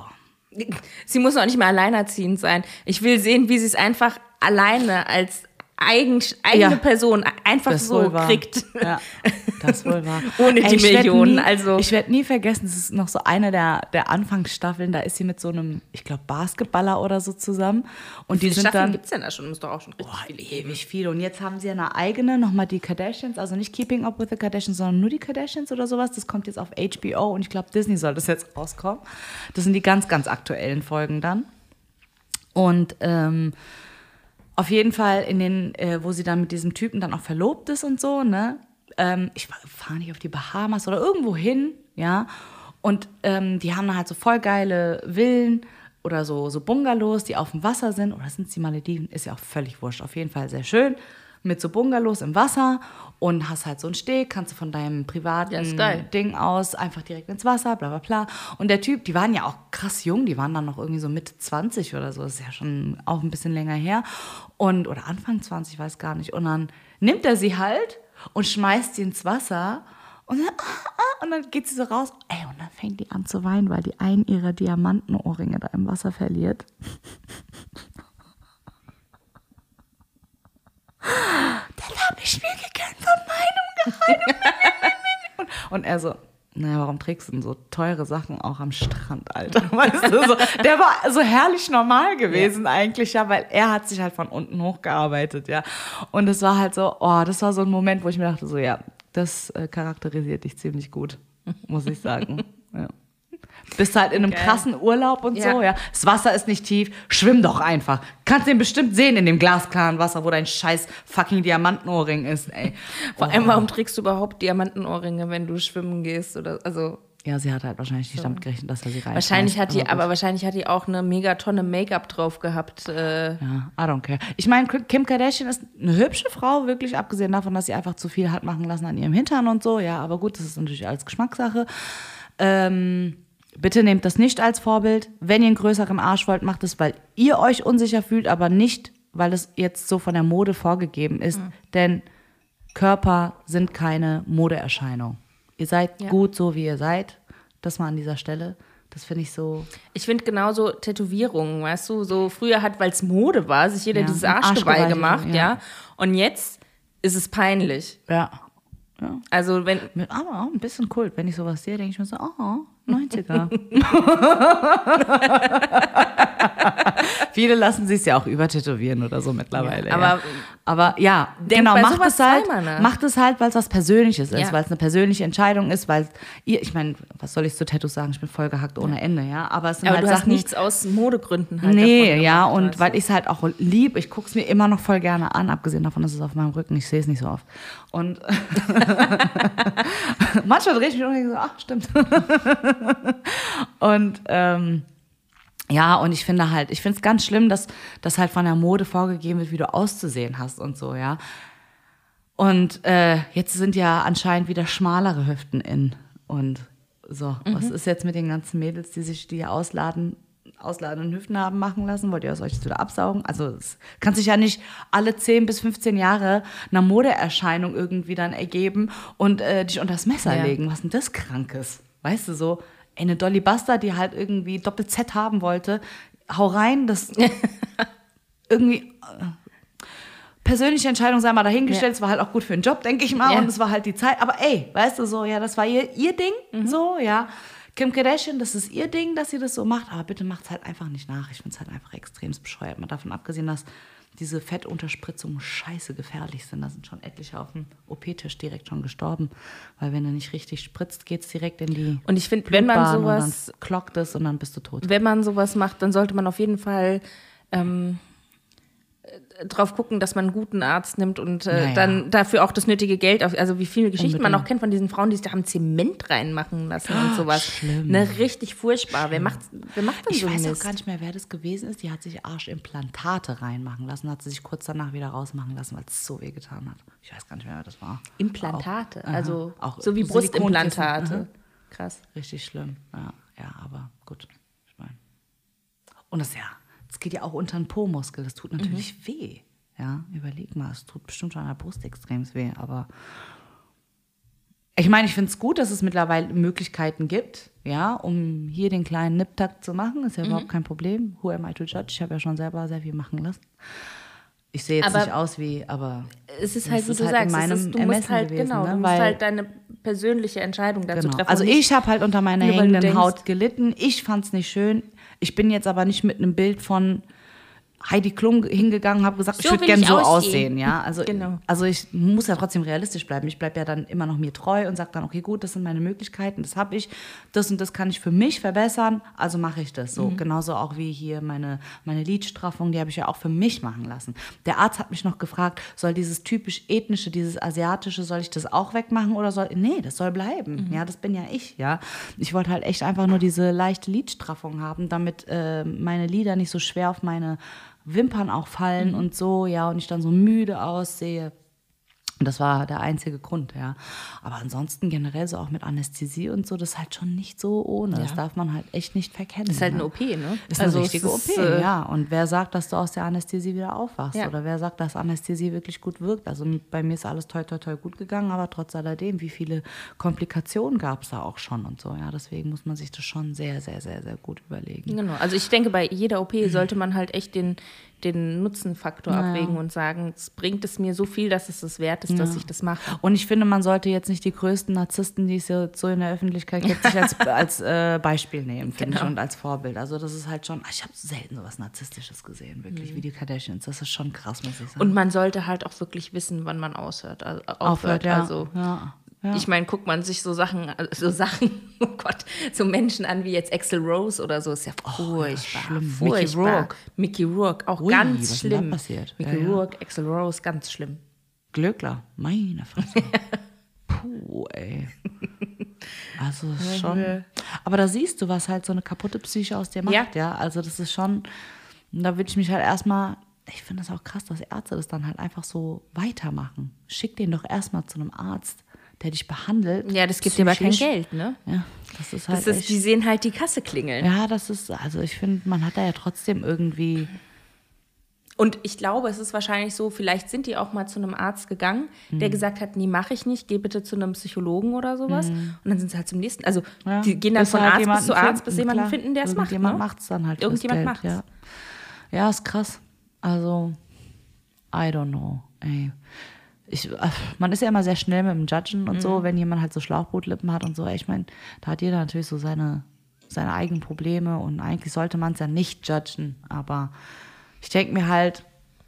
Sie muss auch nicht mehr alleinerziehend sein. Ich will sehen, wie sie es einfach alleine als eigen, eigene Ja. Person einfach Das so wohl wahr. kriegt. Ja, das wohl wahr. Ohne die ich werd Millionen, Nie, also. Ich werde nie vergessen, das ist noch so eine der, der Anfangsstaffeln, da ist sie mit so einem, ich glaube, Basketballer oder so zusammen. Und die sind Staffeln dann... gibt es denn da schon? Muss doch auch schon richtig viele geben. Ewig viele. Und jetzt haben sie eine eigene, nochmal die Kardashians, also nicht Keeping Up with the Kardashians, sondern nur die Kardashians oder sowas. Das kommt jetzt auf H B O und ich glaube, Disney soll das jetzt rauskommen. Das sind die ganz, ganz aktuellen Folgen dann. Und ähm, auf jeden Fall in den, äh, wo sie dann mit diesem Typen dann auch verlobt ist und so, ne? Ähm, ich fahre nicht auf die Bahamas oder irgendwo hin, ja. Und ähm, die haben dann halt so voll geile Villen oder so, so Bungalows, die auf dem Wasser sind. Oder sind es die Malediven? Ist ja auch völlig wurscht. Auf jeden Fall sehr schön. Mit so Bungalows im Wasser und hast halt so einen Steg, kannst du von deinem privaten Ja, ist geil. Ding aus einfach direkt ins Wasser, bla bla bla. Und der Typ, die waren ja auch krass jung, die waren dann noch irgendwie so Mitte zwanzig oder so, das ist ja schon auch ein bisschen länger her. Und, oder Anfang zwanzig, weiß gar nicht. Und dann nimmt er sie halt und schmeißt sie ins Wasser und dann, ah, ah, und dann geht sie so raus. Ey, und dann fängt die an zu weinen, weil die einen ihrer Diamantenohrringe da im Wasser verliert. Dann habe ich mir gegönnt von meinem Gehalt. und, und er so, naja, warum trägst du denn so teure Sachen auch am Strand, Alter? Weißt du, so, der war so herrlich normal gewesen ja. eigentlich, ja, weil er hat sich halt von unten hochgearbeitet, ja. Und es war halt so, oh, das war so ein Moment, wo ich mir dachte, so, ja, das äh, charakterisiert dich ziemlich gut, muss ich sagen, ja. Bist halt in einem Geil. krassen Urlaub und ja. so, ja. Das Wasser ist nicht tief, schwimm doch einfach. Kannst den bestimmt sehen in dem glasklaren Wasser, wo dein scheiß fucking Diamantenohrring ist, ey. Vor oh. allem, warum trägst du überhaupt Diamantenohrringe, wenn du schwimmen gehst oder, also... Ja, sie hat halt wahrscheinlich nicht so. damit gerechnet, dass er sie rein. Wahrscheinlich hat die, aber wahrscheinlich hat die auch eine Megatonne Make-up drauf gehabt. Äh. Ja, I don't care. Ich meine, Kim Kardashian ist eine hübsche Frau, wirklich, abgesehen davon, dass sie einfach zu viel hat machen lassen an ihrem Hintern und so, ja, aber gut, das ist natürlich alles Geschmackssache. Ähm... Bitte nehmt das nicht als Vorbild. Wenn ihr einen größeren Arsch wollt, macht es, weil ihr euch unsicher fühlt, aber nicht, weil es jetzt so von der Mode vorgegeben ist. Mhm. Denn Körper sind keine Modeerscheinung. Ihr seid ja. gut so, wie ihr seid. Das mal an dieser Stelle. Das finde ich so... Ich finde genauso Tätowierungen, weißt du, so früher hat, weil es Mode war, sich jeder ja, dieses Arschgeweih, Arschgeweih gemacht, ja. ja. Und jetzt ist es peinlich. Ja. ja. Also wenn... Aber auch ein bisschen Kult. Wenn ich sowas sehe, denke ich mir so, oh... neunziger. Viele lassen sich ja auch übertätowieren oder so mittlerweile. Ja, aber, ja. aber ja, genau, macht es halt, macht es halt, weil es was Persönliches ist, ja. weil es eine persönliche Entscheidung ist, weil ihr, ich meine, was soll ich zu Tattoos sagen? Ich bin voll gehackt ohne ja. Ende, ja. Aber es sind aber halt du Sachen, hast nichts aus Modegründen halt nee, davon ja, gemacht, und weil ich es halt auch lieb, ich gucke es mir immer noch voll gerne an, abgesehen davon, dass es auf meinem Rücken, ich sehe es nicht so oft. Und manchmal drehe ich mich um und denke so, ach, stimmt. Und ähm, ja, und ich finde halt, ich finde es ganz schlimm, dass das halt von der Mode vorgegeben wird, wie du auszusehen hast und so, ja. Und äh, jetzt sind ja anscheinend wieder schmalere Hüften in. Und so, mhm. was ist jetzt mit den ganzen Mädels, die sich die ausladen, ausladenden Hüften haben machen lassen, wollt ihr aus euch das wieder absaugen? Also es kann sich ja nicht alle zehn bis fünfzehn Jahre einer Modeerscheinung irgendwie dann ergeben und äh, dich unter das Messer Ja. legen. Was ist denn das Krankes? Weißt du, so ey, eine Dolly Buster, die halt irgendwie Doppel-Z haben wollte, hau rein, das irgendwie... Äh, persönliche Entscheidung, sei mal dahingestellt, es Ja. war halt auch gut für den Job, denke ich mal, Ja. und es war halt die Zeit, aber ey, weißt du, so, ja, das war ihr, ihr Ding, Mhm. so, ja, Kim Kardashian, das ist ihr Ding, dass sie das so macht, aber bitte macht's halt einfach nicht nach, ich finde es halt einfach extrem bescheuert, mal davon abgesehen, dass diese Fettunterspritzungen scheiße gefährlich sind, da sind schon etliche auf dem O P-Tisch direkt schon gestorben, weil wenn du nicht richtig spritzt, geht's direkt in die Und ich finde, wenn man Blutbahn und sowas, dann klockt es und dann bist du tot. wenn man sowas macht, dann sollte man auf jeden Fall ähm, äh, drauf gucken, dass man einen guten Arzt nimmt und äh, Naja. dann dafür auch das nötige Geld auf. Also wie viele Geschichten man Unbedingt. auch kennt von diesen Frauen, die sich da haben Zement reinmachen lassen und sowas. schlimm. Ne, richtig furchtbar. Wer macht, wer macht denn Ich so einen weiß auch Mist? gar nicht mehr, wer das gewesen ist. Die hat sich Arschimplantate reinmachen lassen, hat sie sich kurz danach wieder rausmachen lassen, weil es so weh getan hat. Ich weiß gar nicht mehr, wer das war. Implantate, Auch, also aha, auch so wie Silikonkissen, Brustimplantate. aha. Krass. Richtig schlimm. Ja, ja, aber gut. Ich meine. Und das ja, das geht ja auch unter den Po-Muskel. Das tut natürlich Mhm. weh. Ja, überleg mal, es tut bestimmt schon an der Brust extrem weh, aber ich meine, ich finde es gut, dass es mittlerweile Möglichkeiten gibt, ja, um hier den kleinen Nipptakt zu machen. Ist ja Mhm. überhaupt kein Problem. Who am I to judge? Ich habe ja schon selber sehr viel machen lassen. Ich sehe jetzt Aber nicht aus wie, aber Es ist das halt, wie ist du halt in sagst, es meinem ist, du musst Ermessen halt, gewesen, genau, ne? du musst Weil- halt deine persönliche Entscheidung dazu genau. treffen. Also und nicht- ich habe halt unter meiner nur weil du hängenden denkst- Haut gelitten. Ich fand es nicht schön. Ich bin jetzt aber nicht mit einem Bild von Heidi Klum hingegangen, habe gesagt, So ich würde will gerne ich so aussehen. aussehen. Ja? Also, Genau. also ich muss ja trotzdem realistisch bleiben. Ich bleibe ja dann immer noch mir treu und sage dann, okay, gut, das sind meine Möglichkeiten, das habe ich, das und das kann ich für mich verbessern, also mache ich das so. Mhm. Genauso auch wie hier meine, meine Lidstraffung, die habe ich ja auch für mich machen lassen. Der Arzt hat mich noch gefragt, soll dieses typisch ethnische, dieses asiatische, soll ich das auch wegmachen oder soll, nee, das soll bleiben. Mhm. Ja, das bin ja ich, ja. Ich wollte halt echt einfach nur diese leichte Lidstraffung haben, damit äh, meine Lider nicht so schwer auf meine Wimpern auch fallen Mhm. und so, ja, und ich dann so müde aussehe. Und das war der einzige Grund, ja. Aber ansonsten generell so auch mit Anästhesie und so, das ist halt schon nicht so ohne. Das Ja. darf man halt echt nicht verkennen. Das ist halt ne? eine O P, ne? Ist Also eine es richtige ist, O P, äh, ja. Und wer sagt, dass du aus der Anästhesie wieder aufwachst? Ja. Oder wer sagt, dass Anästhesie wirklich gut wirkt? Also bei mir ist alles toi, toi, toi gut gegangen, aber trotz alledem, wie viele Komplikationen gab es da auch schon und so, ja. Deswegen muss man sich das schon sehr, sehr, sehr, sehr gut überlegen. Genau. Also ich denke, bei jeder O P sollte man halt echt den, den Nutzenfaktor Ja. abwägen und sagen, es bringt es mir so viel, dass es es wert ist, dass Ja. ich das mache. Und ich finde, man sollte jetzt nicht die größten Narzissten, die es jetzt so in der Öffentlichkeit gibt, sich als, als äh, Beispiel nehmen, finde Genau. ich, und als Vorbild. Also das ist halt schon, ich habe selten so was Narzisstisches gesehen, wirklich, wie die Kardashians. Das ist schon krass, muss ich sagen. Und man sollte halt auch wirklich wissen, wann man aushört. Also aufhört. aufhört, ja. Also ja. Ja. ich meine, guckt man sich so Sachen, so Sachen, oh Gott, so Menschen an wie jetzt Axl Rose oder so, ist ja furchtbar. schlimm. Mickey Furchtbar. Rourke. Mickey Rourke, auch Ui, ganz was ist denn da schlimm. passiert? Mickey Ja, ja. Rourke, Axl Rose, ganz schlimm. Glöckler, meine Fresse. Puh, ey. Also ist schon. Aber da siehst du, was halt so eine kaputte Psyche aus dir macht, Ja. ja. Also das ist schon, da würde ich mich halt erstmal, ich finde das auch krass, dass Ärzte das dann halt einfach so weitermachen. Schick den doch erstmal zu einem Arzt, der dich behandelt. Ja, das gibt dir aber kein psychisch. Geld, ne? Ja, das ist halt Das ist, echt, die sehen halt die Kasse klingeln. ja, das ist, also ich finde, man hat da ja trotzdem irgendwie, Und ich glaube, es ist wahrscheinlich so, vielleicht sind die auch mal zu einem Arzt gegangen, der Mhm. gesagt hat, nee, mache ich nicht, geh bitte zu einem Psychologen oder sowas. Und dann sind sie halt zum nächsten. Also ja, die gehen dann bis von halt Arzt bis jemanden zu Arzt, finden, bis jemanden klar. finden, der es macht. Irgendjemand Ne? macht es dann halt. fürs Irgendjemand Geld, macht's. Ja. ja, ist krass. Also, I don't know. Ey. Ich, äh, man ist ja immer sehr schnell mit dem Judgen und Mhm. so, wenn jemand halt so Schlauchbootlippen hat und so. Ich meine, da hat jeder natürlich so seine, seine eigenen Probleme und eigentlich sollte man es ja nicht judgen. Aber ich denke mir halt,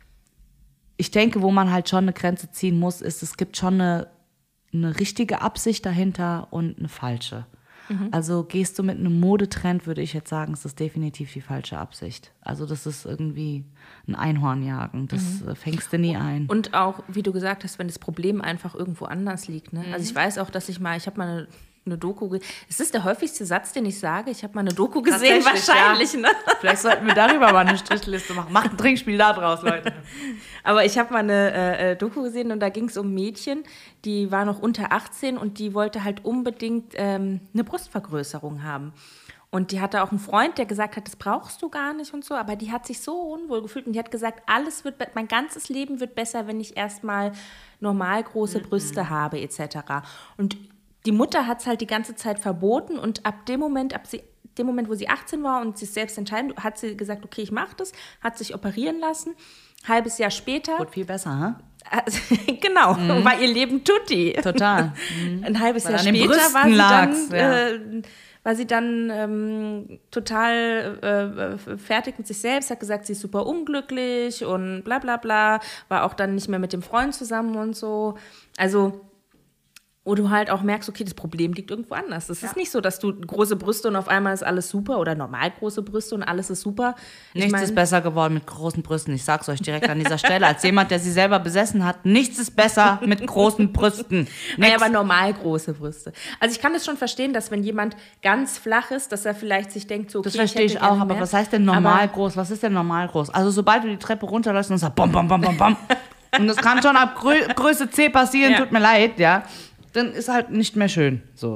ich denke, wo man halt schon eine Grenze ziehen muss, ist, es gibt schon eine, eine richtige Absicht dahinter und eine falsche. Also gehst du mit einem Modetrend, würde ich jetzt sagen, ist das definitiv die falsche Absicht. Also das ist irgendwie ein Einhornjagen, das äh, fängst du nie ein. Und auch, wie du gesagt hast, wenn das Problem einfach irgendwo anders liegt. Ne? Also ich weiß auch, dass ich mal, ich habe mal eine, eine Doku, ge- es ist der häufigste Satz, den ich sage, ich habe mal eine Doku gesehen, Tatsächlich, wahrscheinlich. ja. Ne? Vielleicht sollten wir darüber mal eine Strichliste machen. Macht ein Trinkspiel da draus, Leute. Aber ich habe mal eine äh, Doku gesehen und da ging es um ein Mädchen, die war noch unter achtzehn und die wollte halt unbedingt ähm, eine Brustvergrößerung haben. Und die hatte auch einen Freund, der gesagt hat, das brauchst du gar nicht und so. Aber die hat sich so unwohl gefühlt und die hat gesagt, alles wird, mein ganzes Leben wird besser, wenn ich erstmal normal große mhm. Brüste habe et cetera. Und die Mutter hat es halt die ganze Zeit verboten und ab dem Moment, ab sie, dem Moment, wo sie achtzehn war und sich selbst entscheiden, hat sie gesagt, okay, ich mache das, hat sich operieren lassen. Halbes Jahr später. Wird viel besser, ha? Also, genau, mhm. war ihr Leben tutti. Total. Mhm. Ein halbes Weil Jahr an den später Brüsten war sie lag's, dann, ja. äh, war sie dann ähm, total äh, fertig mit sich selbst, hat gesagt, sie ist super unglücklich und bla bla bla, war auch dann nicht mehr mit dem Freund zusammen und so. Also, wo du halt auch merkst, okay, das Problem liegt irgendwo anders. Es ja. ist nicht so, dass du große Brüste und auf einmal ist alles super oder normal große Brüste und alles ist super. Ich nichts mein, ist besser geworden mit großen Brüsten. Ich sag's euch direkt an dieser Stelle. Als jemand, der sie selber besessen hat, nichts ist besser mit großen Brüsten. Naja, aber normal große Brüste. Also ich kann das schon verstehen, dass wenn jemand ganz flach ist, dass er vielleicht sich denkt, so okay, das verstehe ich, ich auch, aber mehr. Was heißt denn normal aber groß? Was ist denn normal groß? Also sobald du die Treppe runterlässt und sagst, bom, bom, bom, bom, bom. Und das kann schon ab Grö- Größe C passieren, ja. Tut mir leid, ja. Dann ist halt nicht mehr schön. So.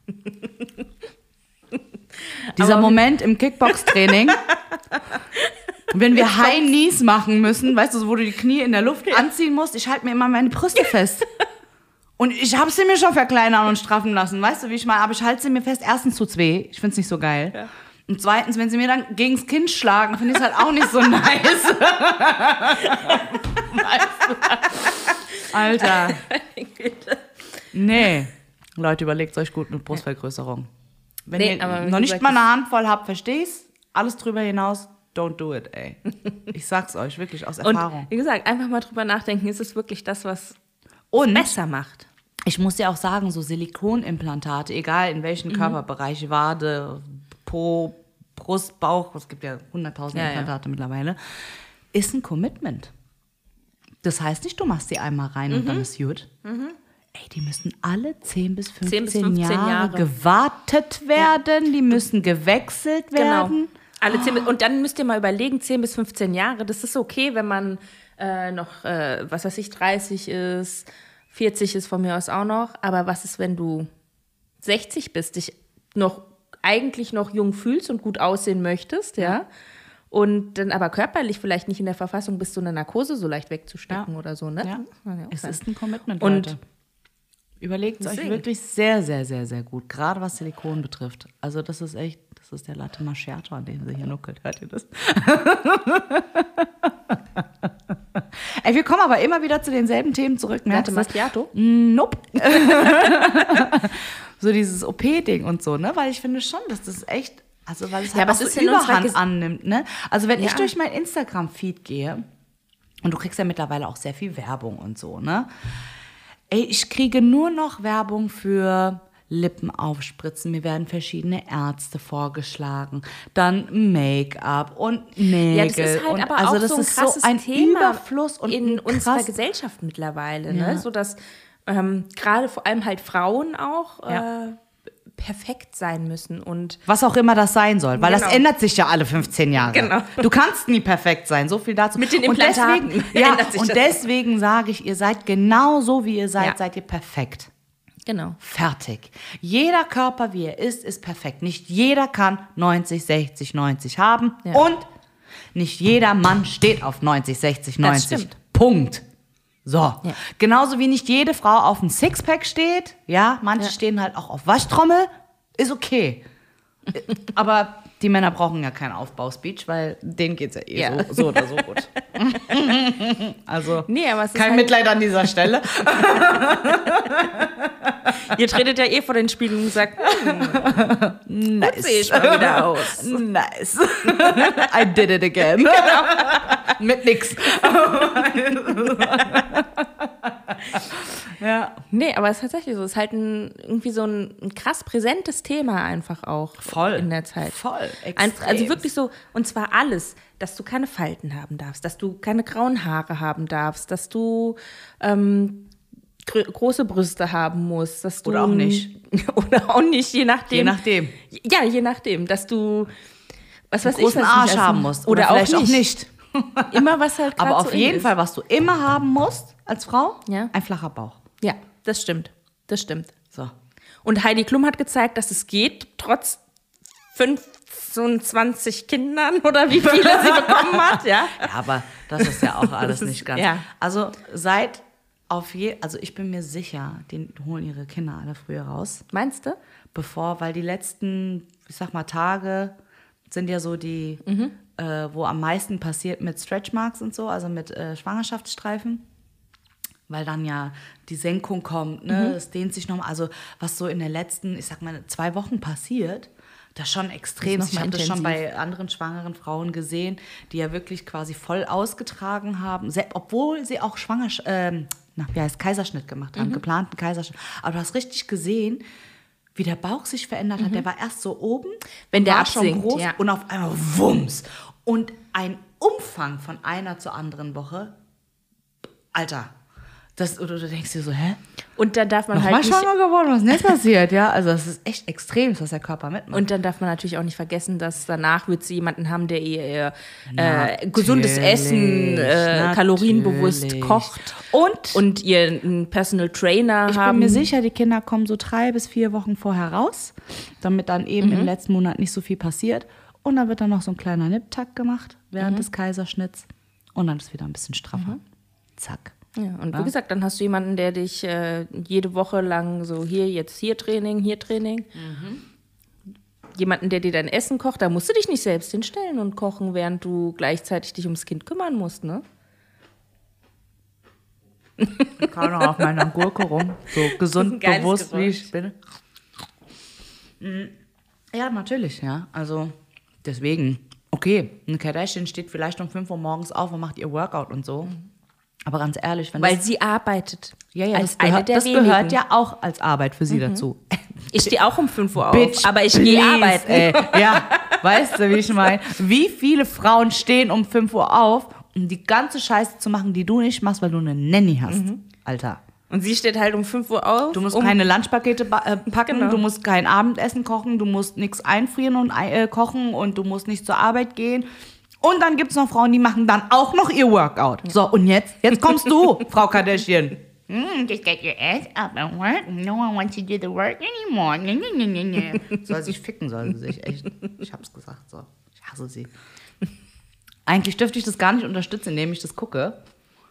Dieser aber Moment im Kickbox-Training, wenn wir High Knees machen müssen, weißt du, wo du die Knie in der Luft ja. anziehen musst, ich halte mir immer meine Brüste fest. Und ich habe sie mir schon verkleinern und straffen lassen, weißt du, wie ich meine? Aber ich halte sie mir fest, erstens tut's weh, ich finde es nicht so geil. Ja. Und zweitens, wenn sie mir dann gegens Kinn schlagen, finde ich es halt auch nicht so nice. Alter. Nee. Leute, überlegt euch gut mit Brustvergrößerung. Wenn nee, ihr noch nicht mal eine Handvoll habt, verstehe ich's. Alles drüber hinaus, don't do it, ey. Ich sag's euch wirklich aus Erfahrung. Und wie gesagt, einfach mal drüber nachdenken, ist es wirklich das, was es besser macht? Ich muss dir auch sagen, so Silikonimplantate, egal in welchen mhm. Körperbereich, Wade, Po, Brust, Bauch, es gibt ja hunderttausend ja, Implantate ja. mittlerweile, ist ein Commitment. Das heißt nicht, du machst die einmal rein mhm. und dann ist gut. Mhm. Ey, die müssen alle zehn bis fünfzehn Jahre, Jahre gewartet werden, ja. die müssen gewechselt werden. Genau. Alle zehn, und dann müsst ihr mal überlegen, zehn bis fünfzehn Jahre, das ist okay, wenn man äh, noch, äh, was weiß ich, dreißig ist, vierzig ist von mir aus auch noch, aber was ist, wenn du sechzig bist, dich noch eigentlich noch jung fühlst und gut aussehen möchtest, ja, ja. und dann aber körperlich vielleicht nicht in der Verfassung bist, so eine Narkose so leicht wegzustecken ja. oder so, ne? Ja. Ja, es ist ein Commitment, Leute. Und überlegt es euch wirklich sehr, sehr, sehr, sehr gut, gerade was Silikon betrifft. Also das ist echt, das ist der Latte Macchiato, an dem sie hier nuckelt. Hört ihr das? Ey, wir kommen aber immer wieder zu denselben Themen zurück. Latte Macchiato? Nope. So dieses O P-Ding und so, ne? Weil ich finde schon, dass das echt, also weil es halt ja, auch so Überhand annimmt, ne? Also wenn ja. ich durch mein Instagram-Feed gehe, und du kriegst ja mittlerweile auch sehr viel Werbung und so, ne? Ey, ich kriege nur noch Werbung für Lippen aufspritzen. Mir werden verschiedene Ärzte vorgeschlagen. Dann Make-up und Nägel. Ja, das ist halt und aber also auch das so ein ist krasses so ein Thema Überfluss und in krass. unserer Gesellschaft mittlerweile. Ja. Ne? So dass ähm, gerade vor allem halt Frauen auch ja. äh, perfekt sein müssen. Und was auch immer das sein soll, weil genau. das ändert sich ja alle fünfzehn Jahre. Genau. Du kannst nie perfekt sein, so viel dazu. Mit den Implantaten. Und deswegen, ja, und deswegen sage ich, ihr seid genau so, wie ihr seid, ja. seid ihr perfekt. Genau. Fertig. Jeder Körper, wie er ist, ist perfekt. Nicht jeder kann neunzig, sechzig, neunzig haben ja. und nicht jeder Mann steht auf neunzig, sechzig, neunzig. Punkt. So. Ja. Genauso wie nicht jede Frau auf ein Sixpack steht. Ja, manche ja. stehen halt auch auf Waschtrommel. Ist okay. Aber die Männer brauchen ja keinen Aufbauspeech, weil denen geht's ja eh ja. So, so oder so gut. Also nee, aber es ist kein halt Mitleid an dieser Stelle. Ihr tretet ja eh vor den Spiegel und sagt, hm, nice. Sehe ich mal wieder aus. Nice. I did it again. Genau. Mit nix. Ja. Nee, aber es ist tatsächlich so. Es ist halt ein, irgendwie so ein, ein krass präsentes Thema einfach auch. Voll. In der Zeit. Voll. Ein, also wirklich so, und zwar alles, dass du keine Falten haben darfst, dass du keine grauen Haare haben darfst, dass du ähm, gr- große Brüste haben musst, dass du oder auch nicht. Oder auch nicht, je nachdem. Je nachdem. Ja, je nachdem, dass du was weiß einen großen ich, was Arsch nicht, haben musst. Oder, oder vielleicht auch nicht. Auch nicht. Immer was halt aber auf so jeden ist. Fall, was du immer haben musst als Frau, ja. ein flacher Bauch. Ja, das stimmt. Das stimmt. So. Und Heidi Klum hat gezeigt, dass es geht, trotz fünfundzwanzig Kindern oder wie viele sie bekommen hat, ja. Ja, aber das ist ja auch alles ist, nicht ganz. ja. Also seit auf je, also ich bin mir sicher, die holen ihre Kinder alle früher raus. Meinst du? Bevor, weil die letzten, ich sag mal, Tage sind ja so die, mhm. äh, wo am meisten passiert mit Stretchmarks und so, also mit äh, Schwangerschaftsstreifen. Weil dann ja die Senkung kommt, ne? Mhm. Es dehnt sich nochmal. Also was so in den letzten, ich sag mal, zwei Wochen passiert, das ist schon extrem. Ich habe das schon bei anderen schwangeren Frauen gesehen, die ja wirklich quasi voll ausgetragen haben, selbst, obwohl sie auch schwanger, ähm, na, wie heißt, Kaiserschnitt gemacht haben, mhm. geplanten Kaiserschnitt. Aber du hast richtig gesehen, wie der Bauch sich verändert hat. Mhm. Der war erst so oben, wenn der war absinkt, schon groß ja. und auf einmal wumms. Und ein Umfang von einer zur anderen Woche, Alter. Das, oder du denkst dir so, hä? Und dann darf man Noch halt mal nicht... schwanger geworden, was ist denn jetzt passiert? Ja, also das ist echt extrem, was der Körper mitmacht. Und dann darf man natürlich auch nicht vergessen, dass danach wird sie jemanden haben, der ihr äh, gesundes Essen, äh, kalorienbewusst kocht und, und ihr einen Personal Trainer ich haben. Ich bin mir sicher, die Kinder kommen so drei bis vier Wochen vorher raus, damit dann eben mhm. im letzten Monat nicht so viel passiert. Und dann wird dann noch so ein kleiner Nipptakt gemacht während mhm. des Kaiserschnitts. Und dann ist es wieder ein bisschen straffer. Mhm. Zack. Ja, und ja. wie gesagt, dann hast du jemanden, der dich äh, jede Woche lang so hier, jetzt hier Training, hier Training. Mhm. Jemanden, der dir dein Essen kocht, da musst du dich nicht selbst hinstellen und kochen, während du gleichzeitig dich ums Kind kümmern musst, ne? Ich kann auch auf meiner Gurke rum, so gesund, bewusst, Geräusch. Wie ich bin. Ja, natürlich, ja, also deswegen, okay, eine Kardashian steht vielleicht um fünf Uhr morgens auf und macht ihr Workout und so. Mhm. Aber ganz ehrlich, wenn Weil das, sie arbeitet. Ja, ja, als das, gehört, eine der das wenigen. gehört ja auch als Arbeit für sie mhm. dazu. Ich stehe auch um fünf Uhr auf, Bitch, aber ich gehe arbeiten. Ey. Ja, weißt du, wie ich meine? Wie viele Frauen stehen um fünf Uhr auf, um die ganze Scheiße zu machen, die du nicht machst, weil du eine Nanny hast, mhm. Alter. Und sie steht halt um fünf Uhr auf. Du musst um keine Lunchpakete ba- äh, packen, genau. du musst kein Abendessen kochen, du musst nichts einfrieren und äh, kochen und du musst nicht zur Arbeit gehen. Und dann gibt es noch Frauen, die machen dann auch noch ihr Workout. Ja. So, und jetzt? Jetzt kommst du, Frau Kardashian. Mm, just get your ass up and work. No one wants to do the work anymore. Soll sich ficken, soll sie sich. Echt. Ich hab's gesagt, so. Ich hasse sie. Eigentlich dürfte ich das gar nicht unterstützen, indem ich das gucke.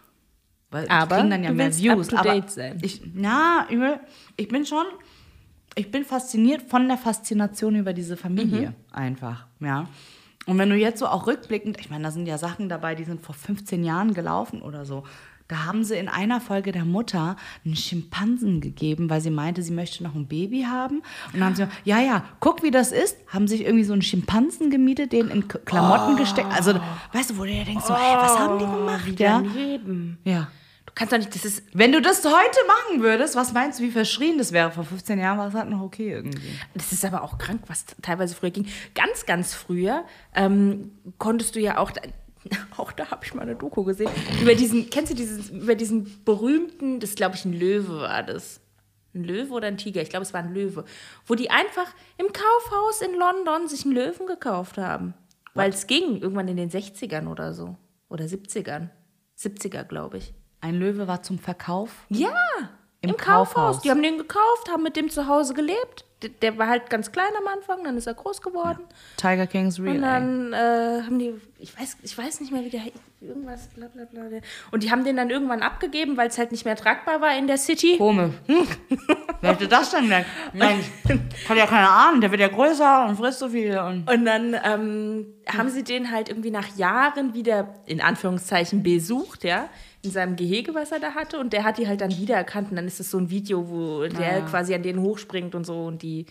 Weil aber die kriegen dann ja du mehr willst Views. up to date sein. Ich, na, ich bin schon, ich bin fasziniert von der Faszination über diese Familie. Mhm. Einfach, ja. Und wenn du jetzt so auch rückblickend, ich meine, da sind ja Sachen dabei, die sind vor fünfzehn Jahren gelaufen oder so. Da haben sie in einer Folge der Mutter einen Schimpansen gegeben, weil sie meinte, sie möchte noch ein Baby haben. Und dann haben sie gesagt, ja, ja, guck, wie das ist. Haben sich irgendwie so einen Schimpansen gemietet, den in Klamotten oh. gesteckt. Also, weißt du, wo du dir denkst, so, hey, was haben die gemacht? Wie ja? dein Leben. Ja. Du kannst doch nicht, das ist... Wenn du das heute machen würdest, was meinst du, wie verschrien das wäre? Vor fünfzehn Jahren war es halt noch okay irgendwie. Das ist aber auch krank, was teilweise früher ging. Ganz, ganz früher ähm, konntest du ja auch... Auch da habe ich mal eine Doku gesehen. Über diesen, kennst du diesen, über diesen berühmten, das glaube ich ein Löwe war das. Ein Löwe oder ein Tiger? Ich glaube, es war ein Löwe. Wo die einfach im Kaufhaus in London sich einen Löwen gekauft haben. Weil es ging, irgendwann in den sechzigern oder so. Oder siebzigern. siebziger, glaube ich. Ein Löwe war zum Verkauf? Ja, im, im Kaufhaus. Kaufhaus. Die haben den gekauft, haben mit dem zu Hause gelebt. Der, der war halt ganz klein am Anfang, dann ist er groß geworden. Ja. Tiger King's Real. Und dann äh, haben die, ich weiß, ich weiß nicht mehr, wie der, irgendwas, bla bla bla. Und die haben den dann irgendwann abgegeben, weil es halt nicht mehr tragbar war in der City. Komisch. Wer hätte das denn gedacht? Mensch, hat ja keine Ahnung, der wird ja größer und frisst so viel. Und, und dann ähm, haben sie den halt irgendwie nach Jahren wieder, in Anführungszeichen, besucht, ja, in seinem Gehege, was er da hatte. Und der hat die halt dann wiedererkannt. Und dann ist es so ein Video, wo der ah. quasi an denen hochspringt und so und die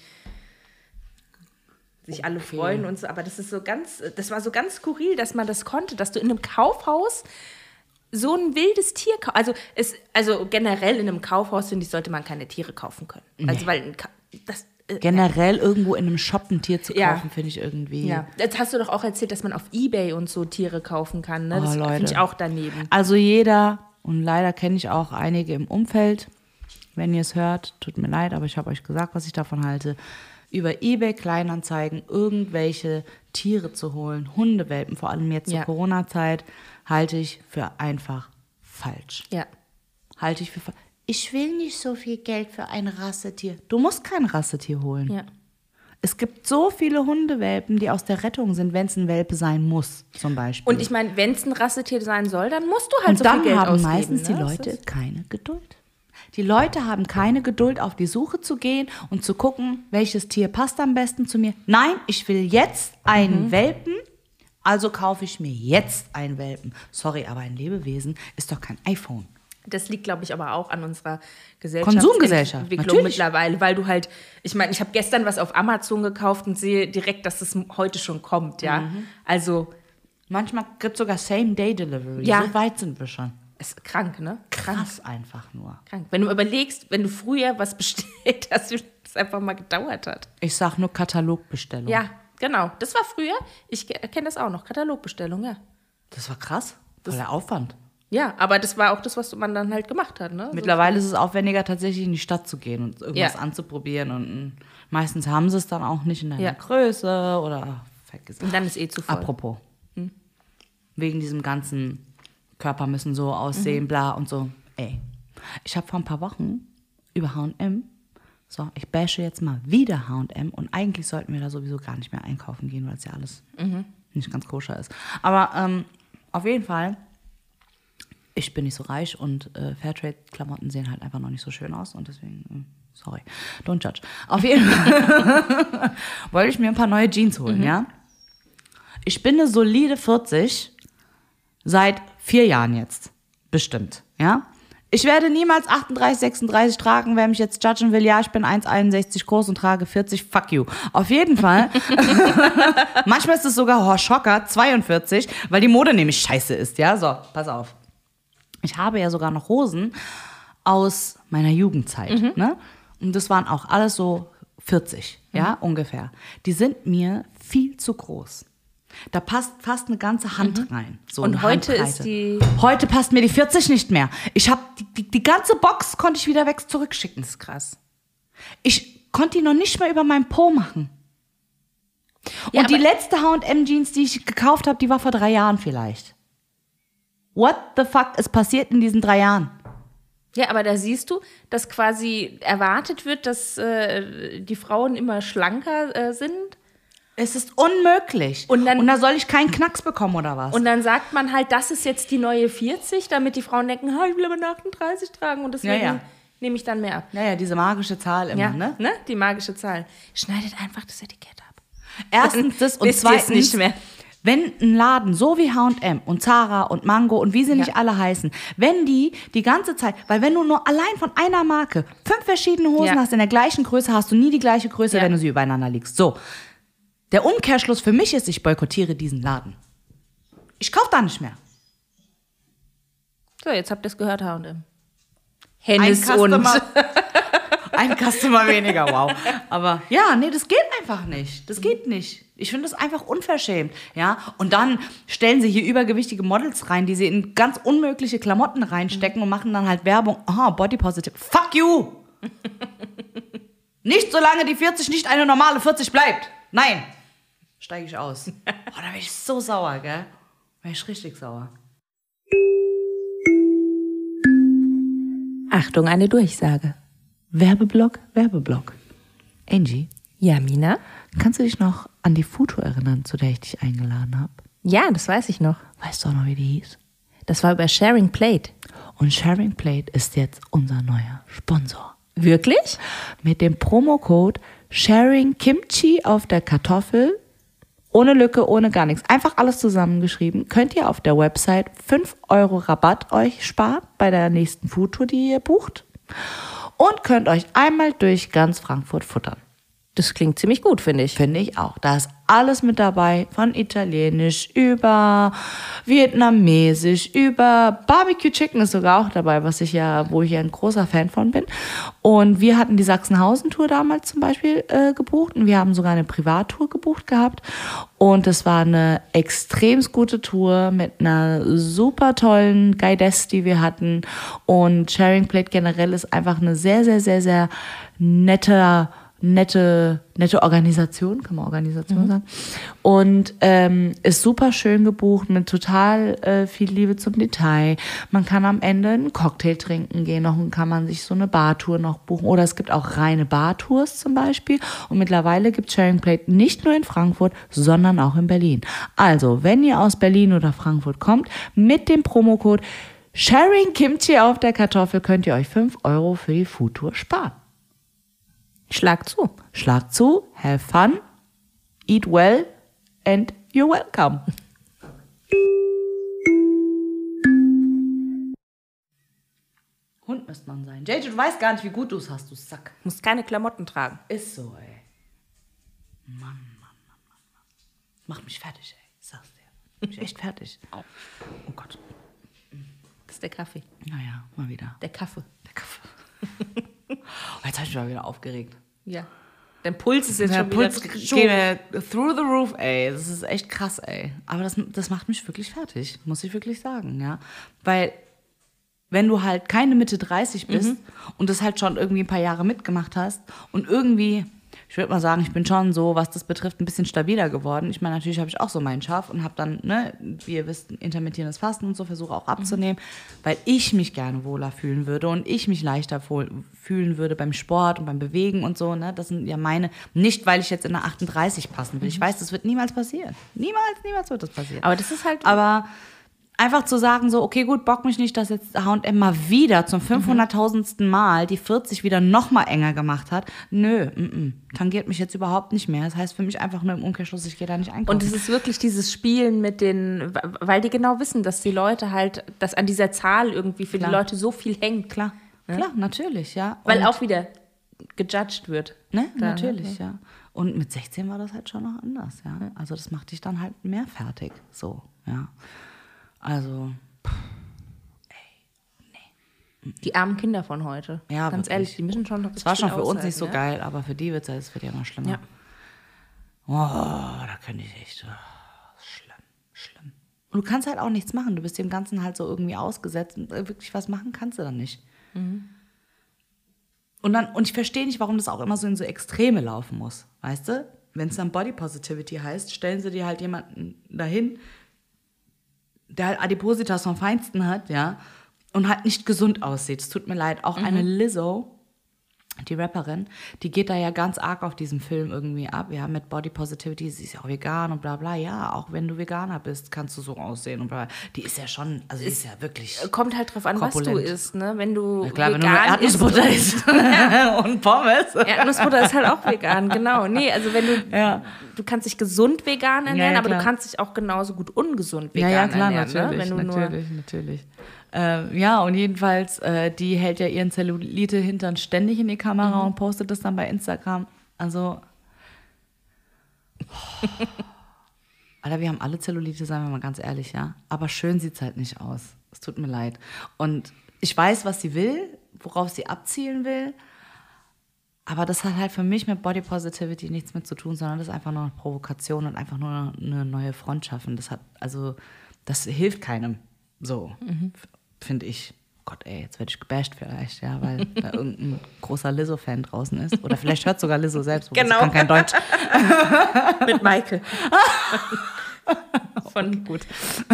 sich alle okay. freuen und so. Aber das ist so ganz, das war so ganz skurril, dass man das konnte, dass du in einem Kaufhaus so ein wildes Tier kaufst. Also, es, also generell in einem Kaufhaus, finde ich, sollte man keine Tiere kaufen können. Nee. Also, weil das generell irgendwo in einem Shop ein Tier zu kaufen, ja. finde ich irgendwie. Ja, jetzt hast du doch auch erzählt, dass man auf eBay und so Tiere kaufen kann. Ne? Das oh, finde ich auch daneben. Also jeder, und leider kenne ich auch einige im Umfeld, wenn ihr es hört, tut mir leid, aber ich habe euch gesagt, was ich davon halte, über eBay Kleinanzeigen irgendwelche Tiere zu holen, Hundewelpen, vor allem jetzt zur ja. Corona-Zeit, halte ich für einfach falsch. Ja. Halte ich für falsch. Ich will nicht so viel Geld für ein Rassetier. Du musst kein Rassetier holen. Ja. Es gibt so viele Hundewelpen, die aus der Rettung sind, wenn es ein Welpe sein muss, zum Beispiel. Und ich meine, wenn es ein Rassetier sein soll, dann musst du halt Und so dann viel Geld haben ausgeben. meistens die ne? Leute keine Geduld. Die Leute haben keine Geduld, auf die Suche zu gehen und zu gucken, welches Tier passt am besten zu mir. Nein, ich will jetzt einen mhm. Welpen, also kaufe ich mir jetzt einen Welpen. Sorry, aber ein Lebewesen ist doch kein iPhone. Das liegt, glaube ich, aber auch an unserer Gesellschaft. Konsumgesellschaft, Entwicklung mittlerweile, weil du halt, ich meine, ich habe gestern was auf Amazon gekauft und sehe direkt, dass es heute schon kommt, ja. Mhm. Also manchmal gibt es sogar Same-Day-Delivery. Ja. So weit sind wir schon. Ist krank, ne? Krank. Krass einfach nur. Krank. Wenn du überlegst, wenn du früher was bestellt hast, wie das einfach mal gedauert hat. Ich sag nur Katalogbestellung. Ja, genau. Das war früher. Ich kenne das auch noch. Katalogbestellung, ja. Das war krass. Das war der Aufwand. Ja, aber das war auch das, was man dann halt gemacht hat. Ne? Mittlerweile so. ist es aufwendiger, tatsächlich in die Stadt zu gehen und irgendwas ja. anzuprobieren. Und meistens haben sie es dann auch nicht in deiner ja. Größe oder vergessen. Und dann ist eh zu voll. Apropos. Hm? Wegen diesem ganzen Körper müssen so aussehen, mhm. bla und so. Ey, ich habe vor ein paar Wochen über H und M, so, ich bashe jetzt mal wieder H und M und eigentlich sollten wir da sowieso gar nicht mehr einkaufen gehen, weil es ja alles mhm. nicht ganz koscher ist. Aber ähm, auf jeden Fall, ich bin nicht so reich und äh, Fairtrade-Klamotten sehen halt einfach noch nicht so schön aus und deswegen, äh, sorry, don't judge. Auf jeden Fall wollte ich mir ein paar neue Jeans holen, mhm. ja. Ich bin eine solide vierzig, seit vier Jahren jetzt, bestimmt, ja. Ich werde niemals achtunddreißig, sechsunddreißig tragen, wer mich jetzt judgen will, ja, ich bin eins Komma einundsechzig groß und trage vierzig, fuck you. Auf jeden Fall. Manchmal ist es sogar, oh, Schocker, zweiundvierzig, weil die Mode nämlich scheiße ist, ja. So, pass auf. Ich habe ja sogar noch Hosen aus meiner Jugendzeit, mhm. ne? Und das waren auch alles so vierzig, mhm. ja, ungefähr. Die sind mir viel zu groß. Da passt fast eine ganze Hand mhm. rein. So und heute Handbreite. Ist die... Heute passt mir die vierzig nicht mehr. Ich habe die, die, die ganze Box konnte ich wieder weg zurückschicken. Das ist krass. Ich konnte die noch nicht mehr über meinen Po machen. Ja, und die letzte H und M-Jeans, die ich gekauft habe, die war vor drei Jahren vielleicht. What the fuck ist passiert in diesen drei Jahren? Ja, aber da siehst du, dass quasi erwartet wird, dass äh, die Frauen immer schlanker äh, sind. Es ist unmöglich. Und, dann, und da soll ich keinen Knacks bekommen, oder was? Und dann sagt man halt, das ist jetzt die neue vierzig, damit die Frauen denken, ha, ich will aber eine achtunddreißig tragen und deswegen ja, ja. nehme ich dann mehr ab. Naja, diese magische Zahl immer, ja, ne? ne? Die magische Zahl. Schneidet einfach das Etikett ab. Erstens das und zweitens nicht mehr. Wenn ein Laden, so wie H und M und Zara und Mango und wie sie ja. nicht alle heißen, wenn die die ganze Zeit, weil wenn du nur allein von einer Marke fünf verschiedene Hosen ja. hast in der gleichen Größe, hast du nie die gleiche Größe, ja. wenn du sie übereinander legst. So, der Umkehrschluss für mich ist, ich boykottiere diesen Laden. Ich kaufe da nicht mehr. So, jetzt habt ihr es gehört, H und M. Hennes und... Ein Customer weniger, wow. Aber ja, nee, das geht einfach nicht. Das geht nicht. Ich finde das einfach unverschämt. Ja? Und dann stellen sie hier übergewichtige Models rein, die sie in ganz unmögliche Klamotten reinstecken und machen dann halt Werbung. Aha, Body Positive. Fuck you! Nicht solange die vierzig nicht eine normale vierzig bleibt. Nein. Steige ich aus. Oh, da bin ich so sauer, gell? Da bin ich richtig sauer. Achtung, eine Durchsage. Werbeblock, Werbeblock. Angie? Ja, Mina? Kannst du dich noch an die Foto erinnern, zu der ich dich eingeladen habe? Ja, das weiß ich noch. Weißt du auch noch, wie die hieß? Das war über Sharing Plate. Und Sharing Plate ist jetzt unser neuer Sponsor. Wirklich? Mit dem Promocode Sharing Kimchi auf der Kartoffel, ohne Lücke, ohne gar nichts, einfach alles zusammengeschrieben, könnt ihr auf der Website fünf Euro Rabatt euch sparen bei der nächsten Foodtour, die ihr bucht. Und könnt euch einmal durch ganz Frankfurt futtern. Das klingt ziemlich gut, finde ich. Finde ich auch. Da ist alles mit dabei, von Italienisch über Vietnamesisch, über Barbecue Chicken ist sogar auch dabei, was ich ja, wo ich ja ein großer Fan von bin. Und wir hatten die Sachsenhausen-Tour damals zum Beispiel äh, gebucht und wir haben sogar eine Privattour gebucht gehabt. Und es war eine extrem gute Tour mit einer super tollen Guidess, die wir hatten. Und Sharing Plate generell ist einfach eine sehr, sehr, sehr, sehr netter nette, nette Organisation, kann man Organisation mhm. sagen. Und ähm, ist super schön gebucht mit total äh, viel Liebe zum Detail. Man kann am Ende einen Cocktail trinken gehen, noch kann man sich so eine Bartour noch buchen. Oder es gibt auch reine Bartours zum Beispiel. Und mittlerweile gibt es Sharing Plate nicht nur in Frankfurt, sondern auch in Berlin. Also, wenn ihr aus Berlin oder Frankfurt kommt, mit dem Promocode Sharing Kimchi auf der Kartoffel könnt ihr euch fünf Euro für die Foodtour sparen. Schlag zu. Schlag zu, have fun, eat well and you're welcome. Hund müsste man sein. J J, du weißt gar nicht, wie gut du es hast, du Sack. Du musst keine Klamotten tragen. Ist so, ey. Mann, Mann, Mann, Mann, Mann. Macht mich fertig, ey. Ich sag's dir. Bin ich echt fertig. Oh Gott. Das ist der Kaffee. Naja, mal wieder. Der Kaffee. Der Kaffee. Oh, jetzt habe ich mich mal wieder aufgeregt. Ja. Dein Puls ist jetzt Der schon Puls wieder geht mir through the roof, ey. Das ist echt krass, ey. Aber das, das macht mich wirklich fertig, muss ich wirklich sagen, ja. Weil, wenn du halt keine Mitte dreißig bist mhm. und das halt schon irgendwie ein paar Jahre mitgemacht hast und irgendwie, ich würde mal sagen, ich bin schon so, was das betrifft, ein bisschen stabiler geworden. Ich meine, natürlich habe ich auch so meinen Schaff und habe dann, ne, wie ihr wisst, intermittierendes Fasten und so, versuche auch abzunehmen, mhm. weil ich mich gerne wohler fühlen würde und ich mich leichter fühlen würde beim Sport und beim Bewegen und so, ne. Das sind ja meine, nicht weil ich jetzt in der achtunddreißig passen will. Mhm. Ich weiß, das wird niemals passieren. Niemals, niemals wird das passieren. Aber das ist halt... Aber... Einfach zu sagen so, okay, gut, bock mich nicht, dass jetzt H und M mal wieder zum fünfhunderttausendsten Mal die vierzig wieder noch mal enger gemacht hat. Nö, m-m, tangiert mich jetzt überhaupt nicht mehr. Das heißt für mich einfach nur im Umkehrschluss, ich gehe da nicht einkaufen. Und es ist wirklich dieses Spielen mit den, weil die genau wissen, dass die Leute halt, dass an dieser Zahl irgendwie für Klar. die Leute so viel hängt. Klar, ja? Klar, natürlich, ja. Weil und auch wieder gejudged wird. Ne, da, natürlich, ja. Und mit sechzehn war das halt schon noch anders, ja. Also das macht dich dann halt mehr fertig, so, ja. Also, pff, ey, nee. Die armen Kinder von heute. Ja, ganz wirklich. ehrlich, die müssen schon noch. Es war schon für uns aushalten, nicht so ja? geil, aber für die wird es ja noch schlimmer. Ja. Oh, da könnte ich echt. Oh, schlimm, schlimm. Und du kannst halt auch nichts machen. Du bist dem Ganzen halt so irgendwie ausgesetzt. Und wirklich was machen kannst du dann nicht. Mhm. Und, dann, und ich verstehe nicht, warum das auch immer so in so Extreme laufen muss. Weißt du? Wenn es dann Body Positivity heißt, stellen sie dir halt jemanden dahin, der halt Adipositas vom Feinsten hat, ja, und halt nicht gesund aussieht. Es tut mir leid. Auch mhm. eine Lizzo, die Rapperin, die geht da ja ganz arg auf diesem Film irgendwie ab, ja, mit Body Positivity, sie ist ja auch vegan und bla bla, ja, auch wenn du Veganer bist, kannst du so aussehen und bla. Die ist ja schon, also die ist ja wirklich kommt halt drauf an, korpulent. Was du isst, ne, wenn du ja, klar, vegan wenn du Erdnussbutter isst und Pommes. Erdnussbutter ist halt auch vegan, genau. Nee, also wenn du, ja. du kannst dich gesund vegan ernähren, ja, ja, aber du kannst dich auch genauso gut ungesund vegan ja, ja, klar, ernähren. Natürlich, ne? wenn du natürlich, nur natürlich. Äh, ja, und jedenfalls, äh, die hält ja ihren Zellulite-Hintern ständig in die Kamera mhm. und postet das dann bei Instagram. Also, oh. Alter, wir haben alle Zellulite, sagen wir mal ganz ehrlich, ja. Aber schön sieht es halt nicht aus. Es tut mir leid. Und ich weiß, was sie will, worauf sie abzielen will. Aber das hat halt für mich mit Body Positivity nichts mit zu tun, sondern das ist einfach nur eine Provokation und einfach nur eine neue Front schaffen. Das hat, also, das hilft keinem. So, mhm. finde ich. Gott, ey, jetzt werde ich gebasht vielleicht, ja, weil da irgendein großer Lizzo-Fan draußen ist. Oder vielleicht hört sogar Lizzo selbst, genau. Sie kann kein Deutsch. Mit Michael. Von gut.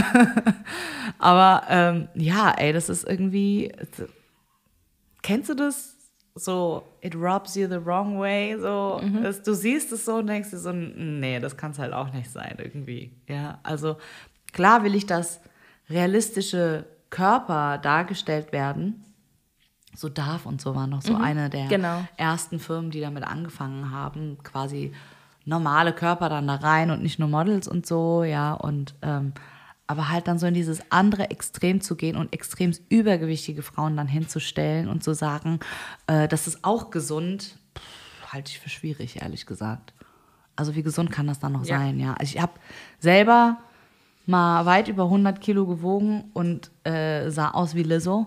Aber ähm, ja, ey, das ist irgendwie. Kennst du das? So, it rubs you the wrong way. So, mhm. das, du siehst es so und denkst dir so, nee, das kann es halt auch nicht sein, irgendwie. Ja, also klar will ich, dass realistische Körper dargestellt werden. So Dove und so war noch so mhm, eine der genau. ersten Firmen, die damit angefangen haben, quasi normale Körper dann da rein und nicht nur Models und so, ja, und ähm, aber halt dann so in dieses andere Extrem zu gehen und extrem übergewichtige Frauen dann hinzustellen und zu sagen, äh, das ist auch gesund, pff, halte ich für schwierig, ehrlich gesagt. Also wie gesund kann das dann noch ja. sein, ja. Also ich habe selber mal weit über hundert Kilo gewogen und äh, sah aus wie Lizzo.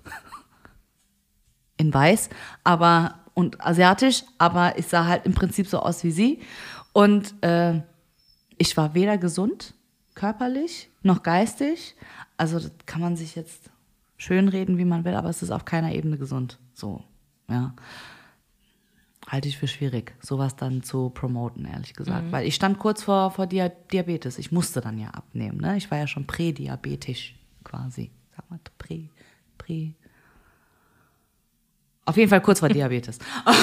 In weiß, aber und asiatisch, aber ich sah halt im Prinzip so aus wie sie. Und äh, ich war weder gesund, körperlich, noch geistig. Also das kann man sich jetzt schönreden, wie man will, aber es ist auf keiner Ebene gesund. So, ja. halte ich für schwierig, sowas dann zu promoten, ehrlich gesagt. Mhm. Weil ich stand kurz vor, vor Dia- Diabetes. Ich musste dann ja abnehmen. Ne? Ich war ja schon prädiabetisch quasi. Sag mal, prä, prä. Auf jeden Fall kurz vor Diabetes.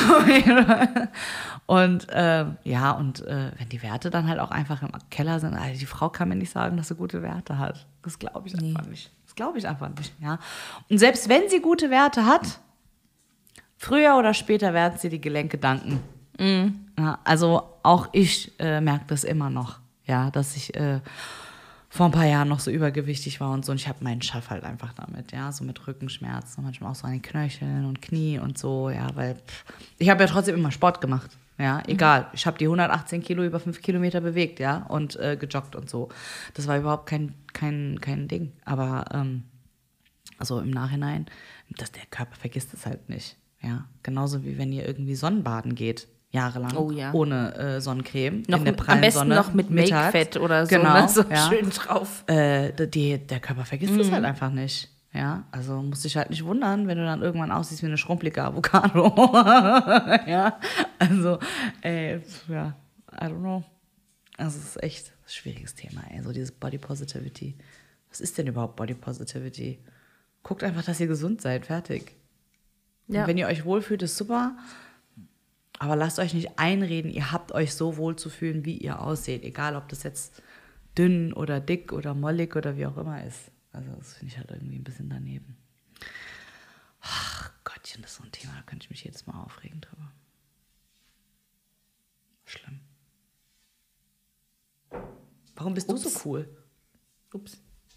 Und äh, ja, und äh, wenn die Werte dann halt auch einfach im Keller sind, also die Frau kann mir nicht sagen, dass sie gute Werte hat. Das glaube ich nee. einfach nicht. Das glaube ich einfach nicht. Ja. Und selbst wenn sie gute Werte hat, früher oder später werden sie die Gelenke danken. Mhm. Ja, also auch ich äh, merke das immer noch, ja, dass ich äh, vor ein paar Jahren noch so übergewichtig war und so. Und ich habe meinen Schaff halt einfach damit, ja, so mit Rückenschmerzen und manchmal auch so an den Knöcheln und Knie und so, ja, weil pff, ich habe ja trotzdem immer Sport gemacht, ja, egal. Mhm. Ich habe die hundertachtzehn Kilo über fünf Kilometer bewegt, ja, und äh, gejoggt und so. Das war überhaupt kein, kein, kein Ding. Aber ähm, also im Nachhinein, dass der Körper vergisst es halt nicht, ja. Genauso wie wenn ihr irgendwie Sonnenbaden geht. Jahrelang, oh, ja. ohne äh, Sonnencreme, noch in der prallen am besten Sonne, noch mit Make-Fett oder so, genau, ne? So ja. schön drauf. Äh, die, der Körper vergisst es mhm. halt einfach nicht. Ja, also musst dich halt nicht wundern, wenn du dann irgendwann aussiehst wie eine schrumpelige Avocado. Ja, also, ey, ja, I don't know. Also es ist echt ein schwieriges Thema, ey, so dieses Body Positivity. Was ist denn überhaupt Body Positivity? Guckt einfach, dass ihr gesund seid, fertig. Ja. Und wenn ihr euch wohlfühlt, ist super. Aber lasst euch nicht einreden, ihr habt euch so wohl zu fühlen, wie ihr aussieht. Egal, ob das jetzt dünn oder dick oder mollig oder wie auch immer ist. Also das finde ich halt irgendwie ein bisschen daneben. Ach Gottchen, das ist so ein Thema, da könnte ich mich jedes Mal aufregen drüber. Schlimm. Warum bist Ups. du so cool? Ups.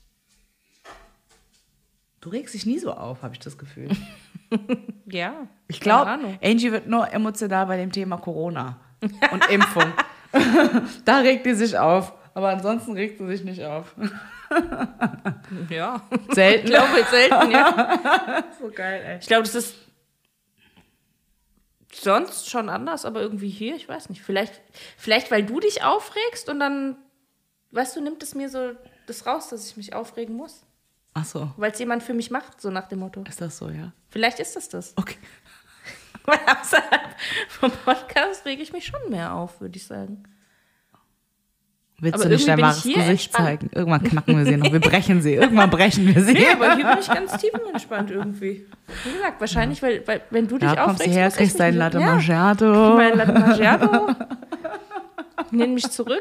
Du regst dich nie so auf, habe ich das Gefühl. Ja. Ich glaube, Angie wird nur emotional bei dem Thema Corona und Impfung. Da regt die sich auf. Aber ansonsten regt sie sich nicht auf. Ja. Selten. Ich glaube, selten, ja. So geil, ey. Ich glaube, das ist sonst schon anders, aber irgendwie hier, ich weiß nicht. Vielleicht, vielleicht weil du dich aufregst und dann, weißt du, nimmt es mir so das raus, dass ich mich aufregen muss. Ach so. Weil es jemand für mich macht, so nach dem Motto. Ist das so, ja? Vielleicht ist das das. Okay. Weil außerhalb vom Podcast rege ich mich schon mehr auf, würde ich sagen. Willst aber du nicht dein wahres Gesicht entspannt. zeigen? Irgendwann knacken wir sie noch. Wir brechen sie. Irgendwann brechen wir sie. Nee, aber hier bin ich ganz tiefenentspannt irgendwie. Wie gesagt, wahrscheinlich, ja. weil, weil wenn du dich ja, aufregst... Ja, kommst du her, kriegst dein Latte ja. Macchiato. Mein Latte Macchiato. Nenn mich zurück.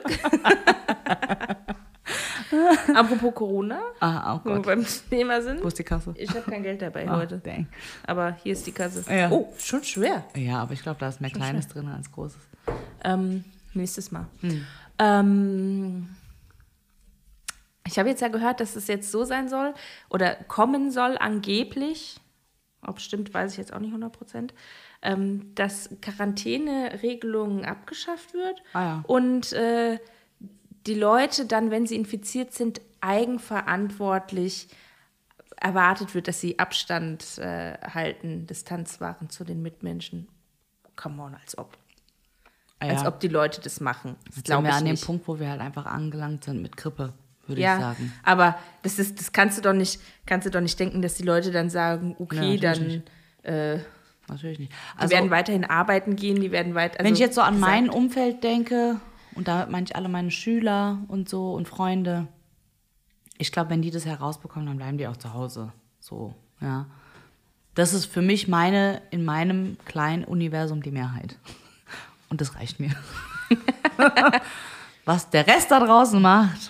Apropos Corona, ah, oh Gott. wo wir beim Thema sind. Wo ist die Kasse? Ich habe kein Geld dabei oh, heute. Dang. Aber hier ist die Kasse. Ja. Oh, schon schwer. Ja, aber ich glaube, da ist mehr schon Kleines schwer. drin als Großes. Ähm, nächstes Mal. Hm. Ähm, ich habe jetzt ja gehört, dass es jetzt so sein soll oder kommen soll angeblich, ob stimmt, weiß ich jetzt auch nicht hundert Prozent, ähm, dass Quarantäneregelungen abgeschafft wird ah, ja. und äh, die Leute dann, wenn sie infiziert sind, eigenverantwortlich erwartet wird, dass sie Abstand äh, halten, Distanz wahren zu den Mitmenschen. Come on, als ob. Ja. Als ob die Leute das machen. Das Jetzt sind wir an nicht. dem Punkt, wo wir halt einfach angelangt sind mit Grippe, würde ja, ich sagen. Aber das ist, das kannst du doch nicht, kannst du doch nicht denken, dass die Leute dann sagen, okay, ja, dann äh, natürlich nicht. Also, die werden weiterhin arbeiten gehen, die werden weiter. Also, wenn ich jetzt so an gesagt, mein Umfeld denke, und da meine ich alle meine Schüler und so und Freunde, ich glaube, wenn die das herausbekommen, dann bleiben die auch zu Hause. So, ja. Das ist für mich meine, in meinem kleinen Universum die Mehrheit. Und das reicht mir. Was der Rest da draußen macht.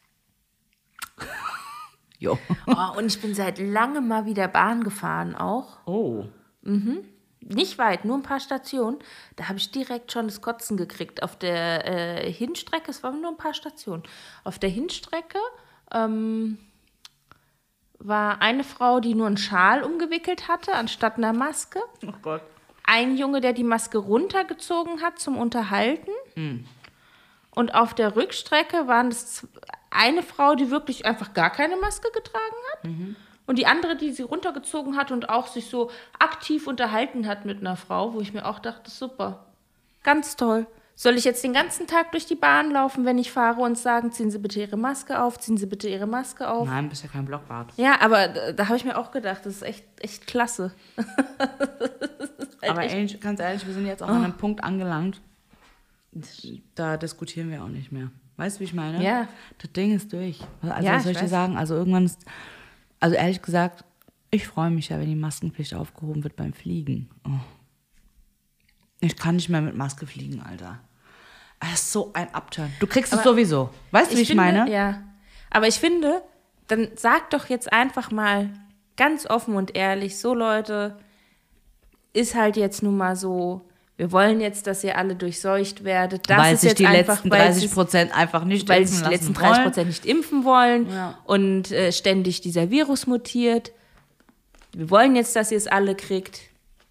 Jo. Oh, und ich bin seit langem mal wieder Bahn gefahren auch. Oh. Mhm. Nicht weit, nur ein paar Stationen. Da habe ich direkt schon das Kotzen gekriegt. Auf der äh, Hinstrecke, es waren nur ein paar Stationen. Auf der Hinstrecke ähm, war eine Frau, die nur einen Schal umgewickelt hatte, anstatt einer Maske. Oh Gott. Ein Junge, der die Maske runtergezogen hat zum Unterhalten. Mhm. Und auf der Rückstrecke waren es eine Frau, die wirklich einfach gar keine Maske getragen hat. Mhm. Und die andere, die sie runtergezogen hat und auch sich so aktiv unterhalten hat mit einer Frau, wo ich mir auch dachte, super, ganz toll. Soll ich jetzt den ganzen Tag durch die Bahn laufen, wenn ich fahre und sagen, ziehen Sie bitte Ihre Maske auf, ziehen Sie bitte Ihre Maske auf? Nein, bist ja kein Blockbart. Ja, aber da, da habe ich mir auch gedacht, das ist echt, echt klasse. Aber echt, Angie, ganz ehrlich, wir sind jetzt auch oh. an einem Punkt angelangt, da diskutieren wir auch nicht mehr. Weißt du, wie ich meine? Ja. Das Ding ist durch. Also Ja, was soll ich ich dir weiß. sagen? Also irgendwann ist, also ehrlich gesagt, ich freue mich ja, wenn die Maskenpflicht aufgehoben wird beim Fliegen. Oh. Ich kann nicht mehr mit Maske fliegen, Alter. Das ist so ein Upturn. Du kriegst es Aber sowieso. Weißt du, wie ich finde, meine? Ja. Aber ich finde, dann sag doch jetzt einfach mal ganz offen und ehrlich, so Leute, ist halt jetzt nun mal so, wir wollen jetzt, dass ihr alle durchseucht werdet. Das weil ist sich jetzt die einfach, letzten weil dreißig sie's- Prozent einfach nicht weil impfen sich die lassen letzten dreißig wollen. Prozent nicht impfen wollen Ja. und äh, ständig dieser Virus mutiert. Wir wollen jetzt, dass ihr es alle kriegt.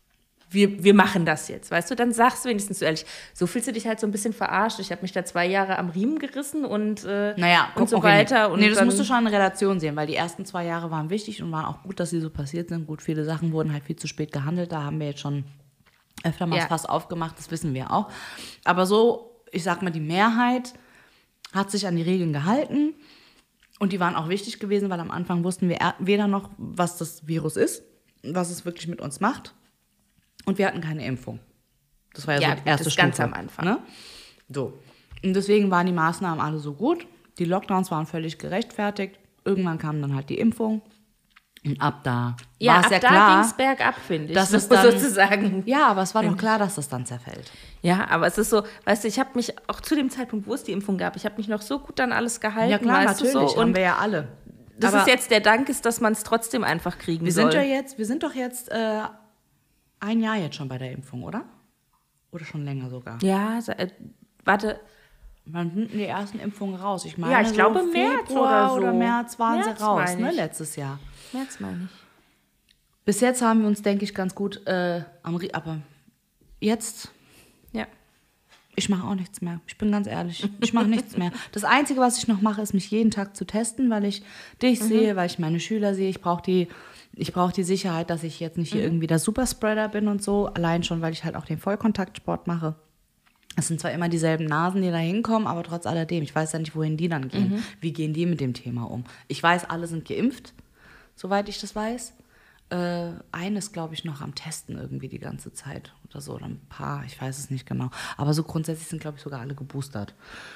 Wir, wir machen das jetzt, weißt du? Dann sagst du wenigstens so ehrlich. So fühlst du dich halt so ein bisschen verarscht. Ich habe mich da zwei Jahre am Riemen gerissen und, äh, Naja, und so okay, weiter. Nee, Und nee das dann, musst du schon in Relation sehen, weil die ersten zwei Jahre waren wichtig und waren auch gut, dass sie so passiert sind. Gut, viele Sachen wurden halt viel zu spät gehandelt. Da haben wir jetzt schon öfter mal Ja. das Fass aufgemacht, das wissen wir auch. Aber so, ich sag mal, die Mehrheit hat sich an die Regeln gehalten und die waren auch wichtig gewesen, weil am Anfang wussten wir er- weder noch, was das Virus ist, was es wirklich mit uns macht und wir hatten keine Impfung. Das war ja, Ja, so gut, die erste das Stufe. ganz am Anfang. Ne? So. Und deswegen waren die Maßnahmen alle so gut. Die Lockdowns waren völlig gerechtfertigt. Irgendwann kam dann halt die Impfung. Und ab da ja, war es ab ja da klar, ging es bergab, finde ich. dass so, es dann- sozusagen. ja, aber es war doch klar, dass das dann zerfällt. Ja, aber es ist so, weißt du, ich habe mich auch zu dem Zeitpunkt, wo es die Impfung gab, ich habe mich noch so gut an alles gehalten. Ja klar, weißt du, natürlich, so, haben und wir ja alle. das aber ist jetzt der Dank ist, dass man es trotzdem einfach kriegen wir soll. sind ja jetzt, wir sind doch jetzt äh, ein Jahr jetzt schon bei der Impfung, oder? Oder schon länger sogar. ja, so, äh, warte, Wann sind denn die ersten Impfungen raus? Ich meine, Ja, ich glaube, so März Februar oder so. März waren März, sie raus, meine ne, ich. letztes Jahr. März meine ich. Bis jetzt haben wir uns, denke ich, ganz gut äh, am Rie- aber jetzt, Ja. ich mache auch nichts mehr. Ich bin ganz ehrlich, ich mache nichts mehr. Das Einzige, was ich noch mache, ist, mich jeden Tag zu testen, weil ich dich sehe, weil ich meine Schüler sehe. Ich brauche die, ich brauche die Sicherheit, dass ich jetzt nicht hier irgendwie der Superspreader bin und so. Allein schon, weil ich halt auch den Vollkontaktsport mache. Es sind zwar immer dieselben Nasen, die da hinkommen, aber trotz alledem, ich weiß ja nicht, wohin die dann gehen. Wie gehen die mit dem Thema um? Ich weiß, alle sind geimpft, soweit ich das weiß. Äh, eines, glaube ich, noch am Testen irgendwie die ganze Zeit oder so, oder ein paar, ich weiß es nicht genau. Aber so grundsätzlich sind, glaube ich, sogar alle geboostert.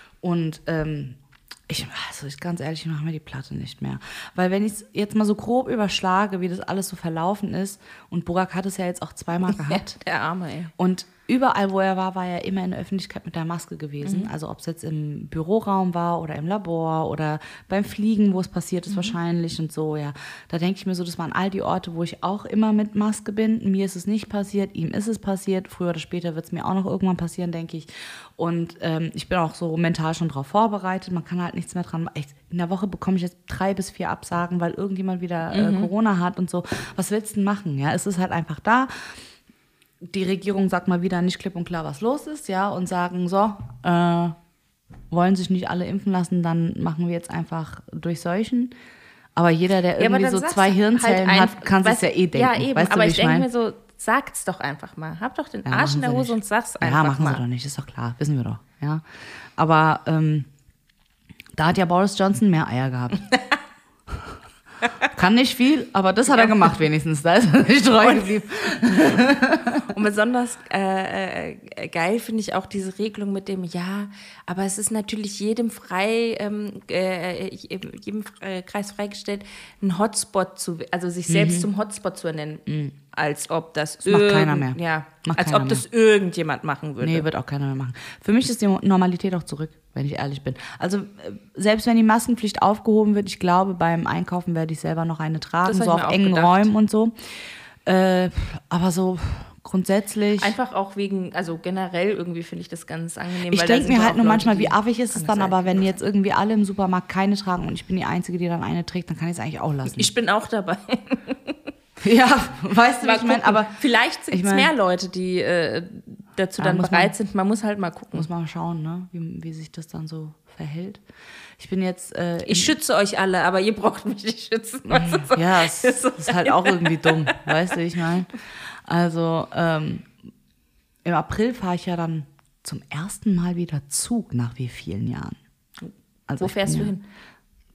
Und ähm, ich, also ich ganz ehrlich, ich mache mir die Platte nicht mehr. Weil wenn ich es jetzt mal so grob überschlage, wie das alles so verlaufen ist, und Burak hat es ja jetzt auch zweimal gehabt. Der Arme, ey. Und überall, wo er war, war er immer in der Öffentlichkeit mit der Maske gewesen. Also ob es jetzt im Büroraum war oder im Labor oder beim Fliegen, wo es passiert ist wahrscheinlich und so, ja. Da denke ich mir so, das waren all die Orte, wo ich auch immer mit Maske bin. Mir ist es nicht passiert, ihm ist es passiert. Früher oder später wird es mir auch noch irgendwann passieren, denke ich. Und ähm, ich bin auch so mental schon darauf vorbereitet. Man kann halt nichts mehr dran. Echt, in der Woche bekomme ich jetzt drei bis vier Absagen, weil irgendjemand wieder äh, Corona hat und so. Was willst du denn machen? Ja, es ist halt einfach da. Die Regierung sagt mal wieder nicht klipp und klar, was los ist, ja, und sagen so, äh, wollen sich nicht alle impfen lassen, dann machen wir jetzt einfach durchseuchen. Aber jeder, der Ja, aber irgendwie dann so sag's zwei halt Hirnzellen ein- hat, kann sich weißt- ja eh denken. Ja, eben, Weißt du, aber wie ich ich denke meine? mir so, sag's doch einfach mal. Hab doch den Ja, Arsch in machen der sie Hose nicht. und sag's einfach Ja, machen mal. sie doch nicht, ist doch klar, wissen wir doch, ja. Aber ähm, da hat ja Boris Johnson mehr Eier gehabt. Kann nicht viel, aber das hat er gemacht wenigstens. Da ist er nicht treu geblieben. Und besonders äh, äh, geil finde ich auch diese Regelung mit dem, ja, aber es ist natürlich jedem frei, ähm, äh, jedem äh, Kreis freigestellt, einen Hotspot zu, also sich selbst zum Hotspot zu ernennen, mhm. als ob das, Das macht keiner mehr. Ja, Macht als keiner ob das irgendjemand machen würde. Nee, wird auch keiner mehr machen. Für mich ist die Normalität auch zurück, wenn ich ehrlich bin. Also äh, selbst wenn die Maskenpflicht aufgehoben wird, ich glaube, beim Einkaufen werde ich selber noch eine tragen, Das hab so ich auf mir auch engen gedacht. Räumen und so. Äh, aber so grundsätzlich... Einfach auch wegen, also generell irgendwie finde ich das ganz angenehm. Ich weil da denke sind mir ja halt auch nur Leute, manchmal, die wie affig ist es an der dann, Seite aber wenn sind. jetzt irgendwie alle im Supermarkt keine tragen und ich bin die Einzige, die dann eine trägt, dann kann ich es eigentlich auch lassen. Ich bin auch dabei. ja, weißt du, Mal was ich meine? gucken. Aber vielleicht sind ich es mein- mehr Leute, die äh, dazu Ja, dann muss bereit man- sind. Man muss halt mal gucken. muss man mal schauen, ne? wie, wie sich das dann so verhält. Ich bin jetzt... Äh, Ich schütze euch alle, aber ihr braucht mich nicht schützen. Weißt du, so. Ja, es Ist so ist halt auch irgendwie dumm, weißt du, wie ich meine? Also, ähm, im April fahre ich ja dann zum ersten Mal wieder Zug nach wie vielen Jahren. Also Wo ich fährst bin du ja hin?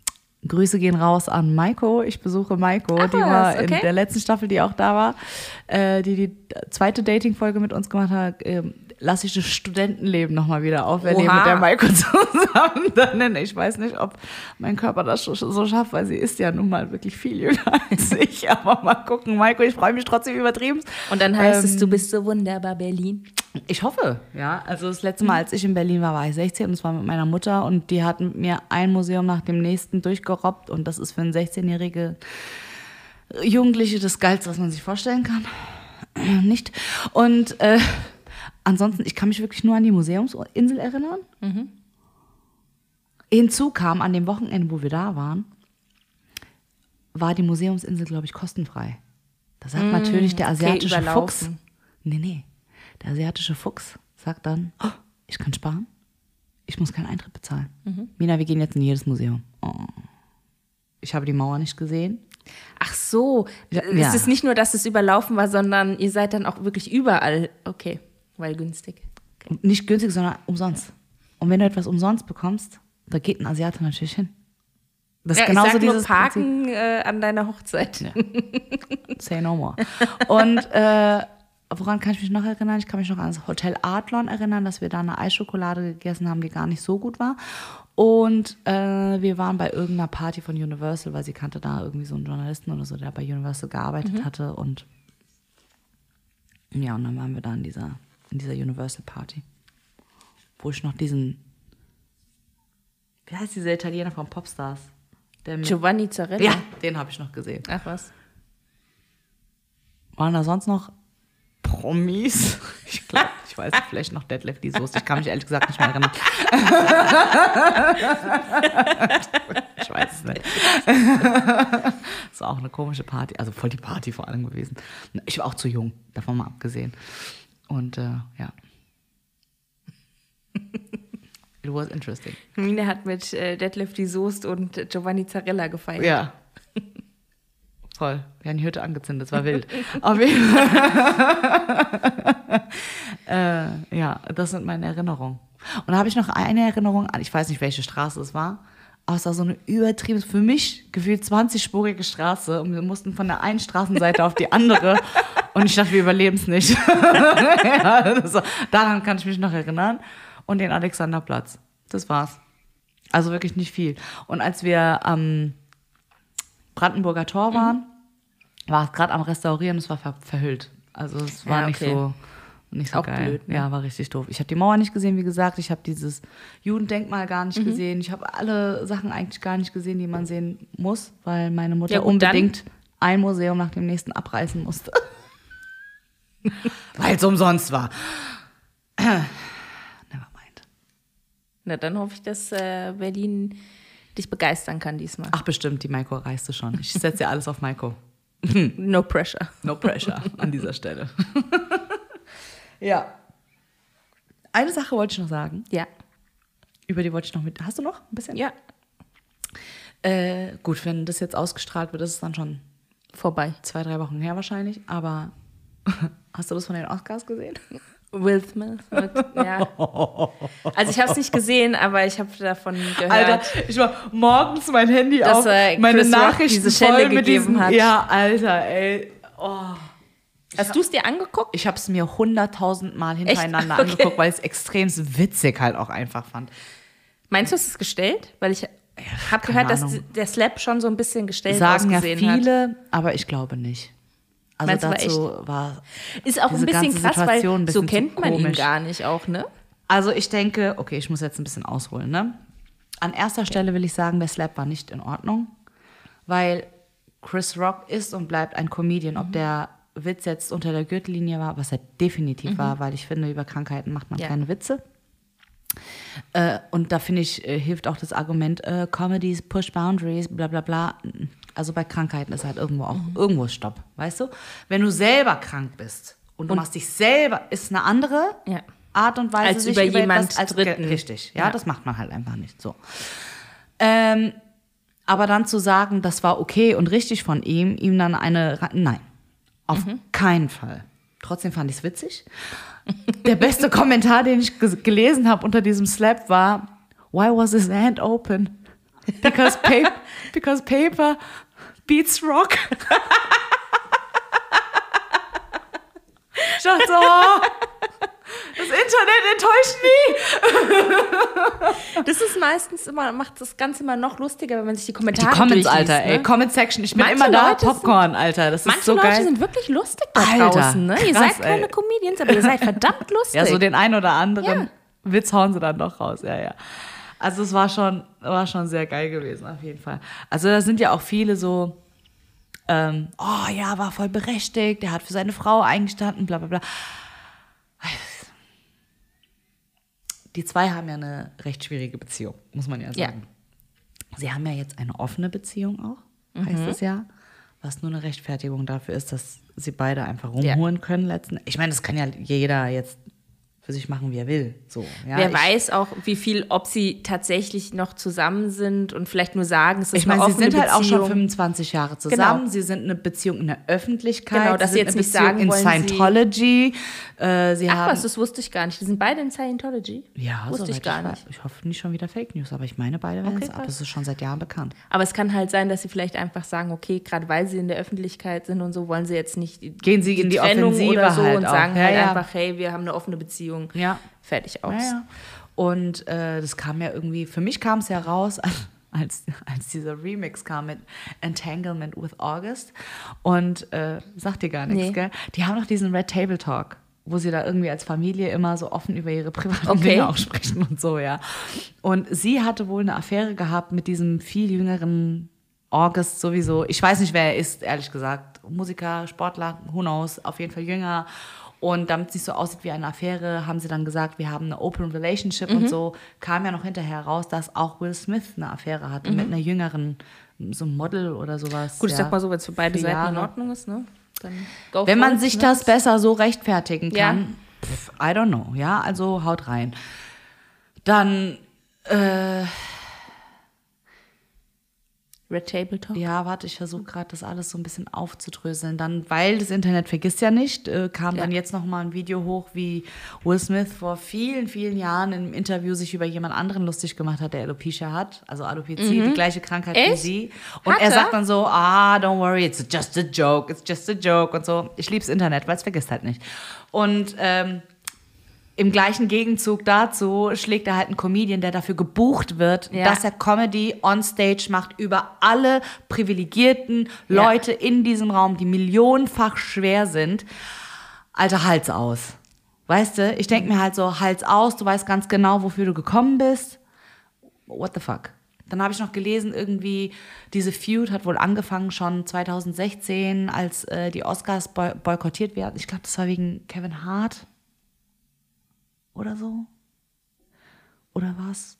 Grüße gehen raus an Maiko. Ich besuche Maiko, Ach, die war okay. in der letzten Staffel, die auch da war, äh, die die zweite Dating-Folge mit uns gemacht hat. Äh, lasse ich das Studentenleben nochmal wieder auf, wenn ihr Oha. mit der Maiko zusammen dann nenne. Ich weiß nicht, ob mein Körper das so, so schafft, weil sie ist ja nun mal wirklich viel jünger als ich. Aber mal gucken, Maiko, ich freue mich trotzdem übertrieben. Und dann heißt Ähm, es, du bist so wunderbar, Berlin. Ich hoffe, ja. Also das letzte Mal, als ich in Berlin war, war ich sechzehn und es war mit meiner Mutter und die hat mit mir ein Museum nach dem nächsten durchgerobbt und das ist für eine sechzehnjährige Jugendliche das Geilste, was man sich vorstellen kann. Nicht. Und äh, ansonsten, ich kann mich wirklich nur an die Museumsinsel erinnern. Mhm. Hinzu kam, an dem Wochenende, wo wir da waren, war die Museumsinsel, glaube ich, kostenfrei. Da sagt mm, natürlich der asiatische okay, Fuchs, nee, nee, der asiatische Fuchs sagt dann, oh, ich kann sparen, ich muss keinen Eintritt bezahlen. Mhm. Mina, wir gehen jetzt in jedes Museum. Oh. Ich habe die Mauer nicht gesehen. Ach so, Ja. es ist nicht nur, dass es überlaufen war, sondern ihr seid dann auch wirklich überall. Okay, weil günstig. Okay. Nicht günstig, sondern umsonst. Und wenn du etwas umsonst bekommst, da geht ein Asiate natürlich hin. Das ist Ja, genauso ich sag nur dieses Parken äh, an deiner Hochzeit. Ja. Say no more. Und äh, woran kann ich mich noch erinnern? Ich kann mich noch an das Hotel Adlon erinnern, dass wir da eine Eisschokolade gegessen haben, die gar nicht so gut war. Und äh, wir waren bei irgendeiner Party von Universal, weil sie kannte da irgendwie so einen Journalisten oder so, der bei Universal gearbeitet mhm. hatte. Und ja, und dann waren wir da in dieser, in dieser Universal-Party, wo ich noch diesen, wie heißt dieser Italiener von Popstars? Der mit, Giovanni Zarella? ja, den habe ich noch gesehen. Ach was. Waren da sonst noch Promis? Ich glaube, ich weiß nicht, vielleicht noch Detlef die Soße. Ich kann mich ehrlich gesagt nicht mehr erinnern. Ich weiß es nicht. Das war auch eine komische Party. Also voll die Party vor allem gewesen. Ich war auch zu jung, davon mal abgesehen. Und äh, ja. It was interesting. Mine hat mit äh, Detlef die Soest und Giovanni Zarella gefeiert. Ja. Voll. Wir haben die Hütte angezündet, es war wild. Auf jeden Fall. äh, ja, das sind meine Erinnerungen. Und da habe ich noch eine Erinnerung an, ich weiß nicht, welche Straße es war, aber es war so eine übertrieben, für mich gefühlt zwanzig-spurige Straße und wir mussten von der einen Straßenseite auf die andere und ich dachte, wir überleben es nicht. Ja, das war, daran kann ich mich noch erinnern. Und den Alexanderplatz. Das war's. Also wirklich nicht viel. Und als wir am Brandenburger Tor waren, mhm. war es gerade am Restaurieren, es war ver- verhüllt. Also es war Ja, nicht okay. so nicht so Auch geil. blöd, ne? Ja, war richtig doof. Ich habe die Mauer nicht gesehen, wie gesagt. Ich habe dieses Judendenkmal gar nicht Mhm. gesehen. Ich habe alle Sachen eigentlich gar nicht gesehen, die man sehen muss, weil meine Mutter Ja, und dann- unbedingt ein Museum nach dem nächsten abreißen musste. Weil es umsonst war. Na, dann hoffe ich, dass äh, Berlin dich begeistern kann diesmal. Ach, bestimmt, die Maiko reiste schon. Ich setze ja alles auf Maiko. No pressure. No pressure an dieser Stelle. Ja. Eine Sache wollte ich noch sagen. Ja. Über die wollte ich noch mit. Hast du noch ein bisschen? Ja. Äh, gut, wenn das jetzt ausgestrahlt wird, ist es dann schon Vorbei. zwei, drei Wochen her wahrscheinlich. Aber hast du das von den Oscars gesehen? Will Smith. Mit, ja. Also ich habe es nicht gesehen, aber ich habe davon gehört. Alter, ich war morgens mein Handy Dass, auf, äh, meine Chris Rock Nachrichten diese Schelle voll mit gegeben diesen, hat. Ja, Alter, ey. Oh. Hast du es dir angeguckt? Ich habe es mir hunderttausend Mal hintereinander Echt? Okay. angeguckt, weil ich es extrem witzig halt auch einfach fand. Meinst du, es ist gestellt? Weil ich habe keine gehört, dass Ahnung. der Slap schon so ein bisschen gestellt Sagen ja ausgesehen hat. viele, aber ich glaube nicht. Also Meinst du, war dazu war Ist auch ein diese bisschen ganze krass, Situation weil ein so bisschen kennt zu man ihn komisch. gar nicht auch, ne? Also ich denke, okay, ich muss jetzt ein bisschen ausholen, ne? An erster Stelle will ich sagen, der Slap war nicht in Ordnung, weil Chris Rock ist und bleibt ein Comedian. Ob der Witz jetzt unter der Gürtellinie war, was er definitiv Mhm. war, weil ich finde, über Krankheiten macht man Ja. keine Witze. Äh, und da finde ich, äh, hilft auch das Argument, äh, Comedies push boundaries, bla bla bla. Also bei Krankheiten ist halt irgendwo auch, Mhm. irgendwo ist Stopp, weißt du? Wenn du selber krank bist und du Und- machst dich selber, ist eine andere Ja. Art und Weise, Als sich über jemand etwas, als Dritten. Richtig, ja, Ja. das macht man halt einfach nicht so. Ähm, aber dann zu sagen, das war okay und richtig von ihm, ihm dann eine, Ra- nein, auf Mhm. keinen Fall. Trotzdem fand ich es witzig. Der beste Kommentar, den ich ge- gelesen habe unter diesem Slap war, why was his hand open? Because, pa- because paper beats rock. Ich dachte so, oh, das Internet enttäuscht nie. Das ist meistens immer, macht das Ganze immer noch lustiger, wenn man sich die Kommentare Die Comments, durchliest, Alter, ne? ey, Comment-Section, ich bin Manche immer da, Leute Popcorn, Alter, das ist Manche so Leute geil. sind wirklich lustig da Alter, draußen, ne? Ihr krass, seid keine ey. Comedians, aber ihr seid verdammt lustig. Ja, so den einen oder anderen Ja. Witz hauen sie dann doch raus, ja, ja. Also es war schon, war schon sehr geil gewesen, auf jeden Fall. Also da sind ja auch viele so, ähm, oh ja, war voll berechtigt, der hat für seine Frau eingestanden, bla bla bla. Die zwei haben ja eine recht schwierige Beziehung, muss man ja sagen. Ja. Sie haben ja jetzt eine offene Beziehung auch, heißt mhm. es ja, was nur eine Rechtfertigung dafür ist, dass sie beide einfach rumhuren ja. können letzten. Ich meine, das kann ja jeder jetzt für sich machen, wie er will. So, ja, Wer ich, weiß auch, wie viel, ob sie tatsächlich noch zusammen sind und vielleicht nur sagen, es ist ich meine, eine sie offene sind halt auch Beziehung. schon fünfundzwanzig Jahre zusammen. Genau. Sie sind eine Beziehung in der Öffentlichkeit. Genau, dass sie sie sind jetzt eine nicht Beziehung sagen in wollen, Scientology. Äh, sie Ach haben, was, das wusste ich gar nicht. Die sind beide in Scientology? Ja, wusste ich gar ich nicht. Ich hoffe nicht schon wieder Fake News, aber ich meine, beide werden Okay, es, aber krass. es ist schon seit Jahren bekannt. Aber es kann halt sein, dass sie vielleicht einfach sagen, okay, gerade weil sie in der Öffentlichkeit sind und so, wollen sie jetzt nicht Gehen sie in die Trennung Offensive oder so halt und auch. sagen Ja, halt ja. einfach, hey, wir haben eine offene Beziehung. Ja. Fertig aus. Ja, ja. Und äh, das kam ja irgendwie, für mich kam es ja raus, als, als dieser Remix kam mit Entanglement with August. Und äh, sagt dir gar nichts, Nee. gell? Die haben noch diesen Red Table Talk, wo sie da irgendwie als Familie immer so offen über ihre privaten Okay. Dinge auch sprechen und so, ja. Und sie hatte wohl eine Affäre gehabt mit diesem viel jüngeren August sowieso. Ich weiß nicht, wer er ist, ehrlich gesagt. Musiker, Sportler, who knows, auf jeden Fall jünger. Und damit es nicht so aussieht wie eine Affäre, haben sie dann gesagt, wir haben eine Open Relationship Mhm. und so. Kam ja noch hinterher raus, dass auch Will Smith eine Affäre hatte Mhm. mit einer jüngeren, so einem Model oder sowas. Gut, ich ja. sag mal so, wenn es für beide Vier Seiten in Jahre. Ordnung ist, ne? Dann go Wenn for man it, sich ne? das besser so rechtfertigen Ja. kann, pff, I don't know, ja, also haut rein. Dann, äh, Red Table Talk. ja, warte, ich versuche gerade das alles so ein bisschen aufzudröseln. Dann, weil das Internet vergisst ja nicht, äh, kam Ja. dann jetzt noch mal ein Video hoch, wie Will Smith vor vielen, vielen Jahren im Interview sich über jemand anderen lustig gemacht hat, der Alopecia hat, also Alopecia, die gleiche Krankheit wie Echt? sie. Und Hat er er? sagt dann so, ah, don't worry, it's just a joke, it's just a joke und so. Ich lieb's Internet, weil es vergisst halt nicht. Und ähm, im gleichen Gegenzug dazu schlägt er halt einen Comedian, der dafür gebucht wird, Ja. dass er Comedy on Stage macht über alle privilegierten Leute in diesem Raum, die millionenfach schwer sind. Alter, Hals aus. Weißt du, ich denke mir halt so, Hals aus, du weißt ganz genau, wofür du gekommen bist. What the fuck? Dann habe ich noch gelesen, irgendwie, diese Feud hat wohl angefangen schon zwanzig sechzehn, als äh, die Oscars boy- boykottiert werden. Ich glaube, das war wegen Kevin Hart. Oder so? Oder was?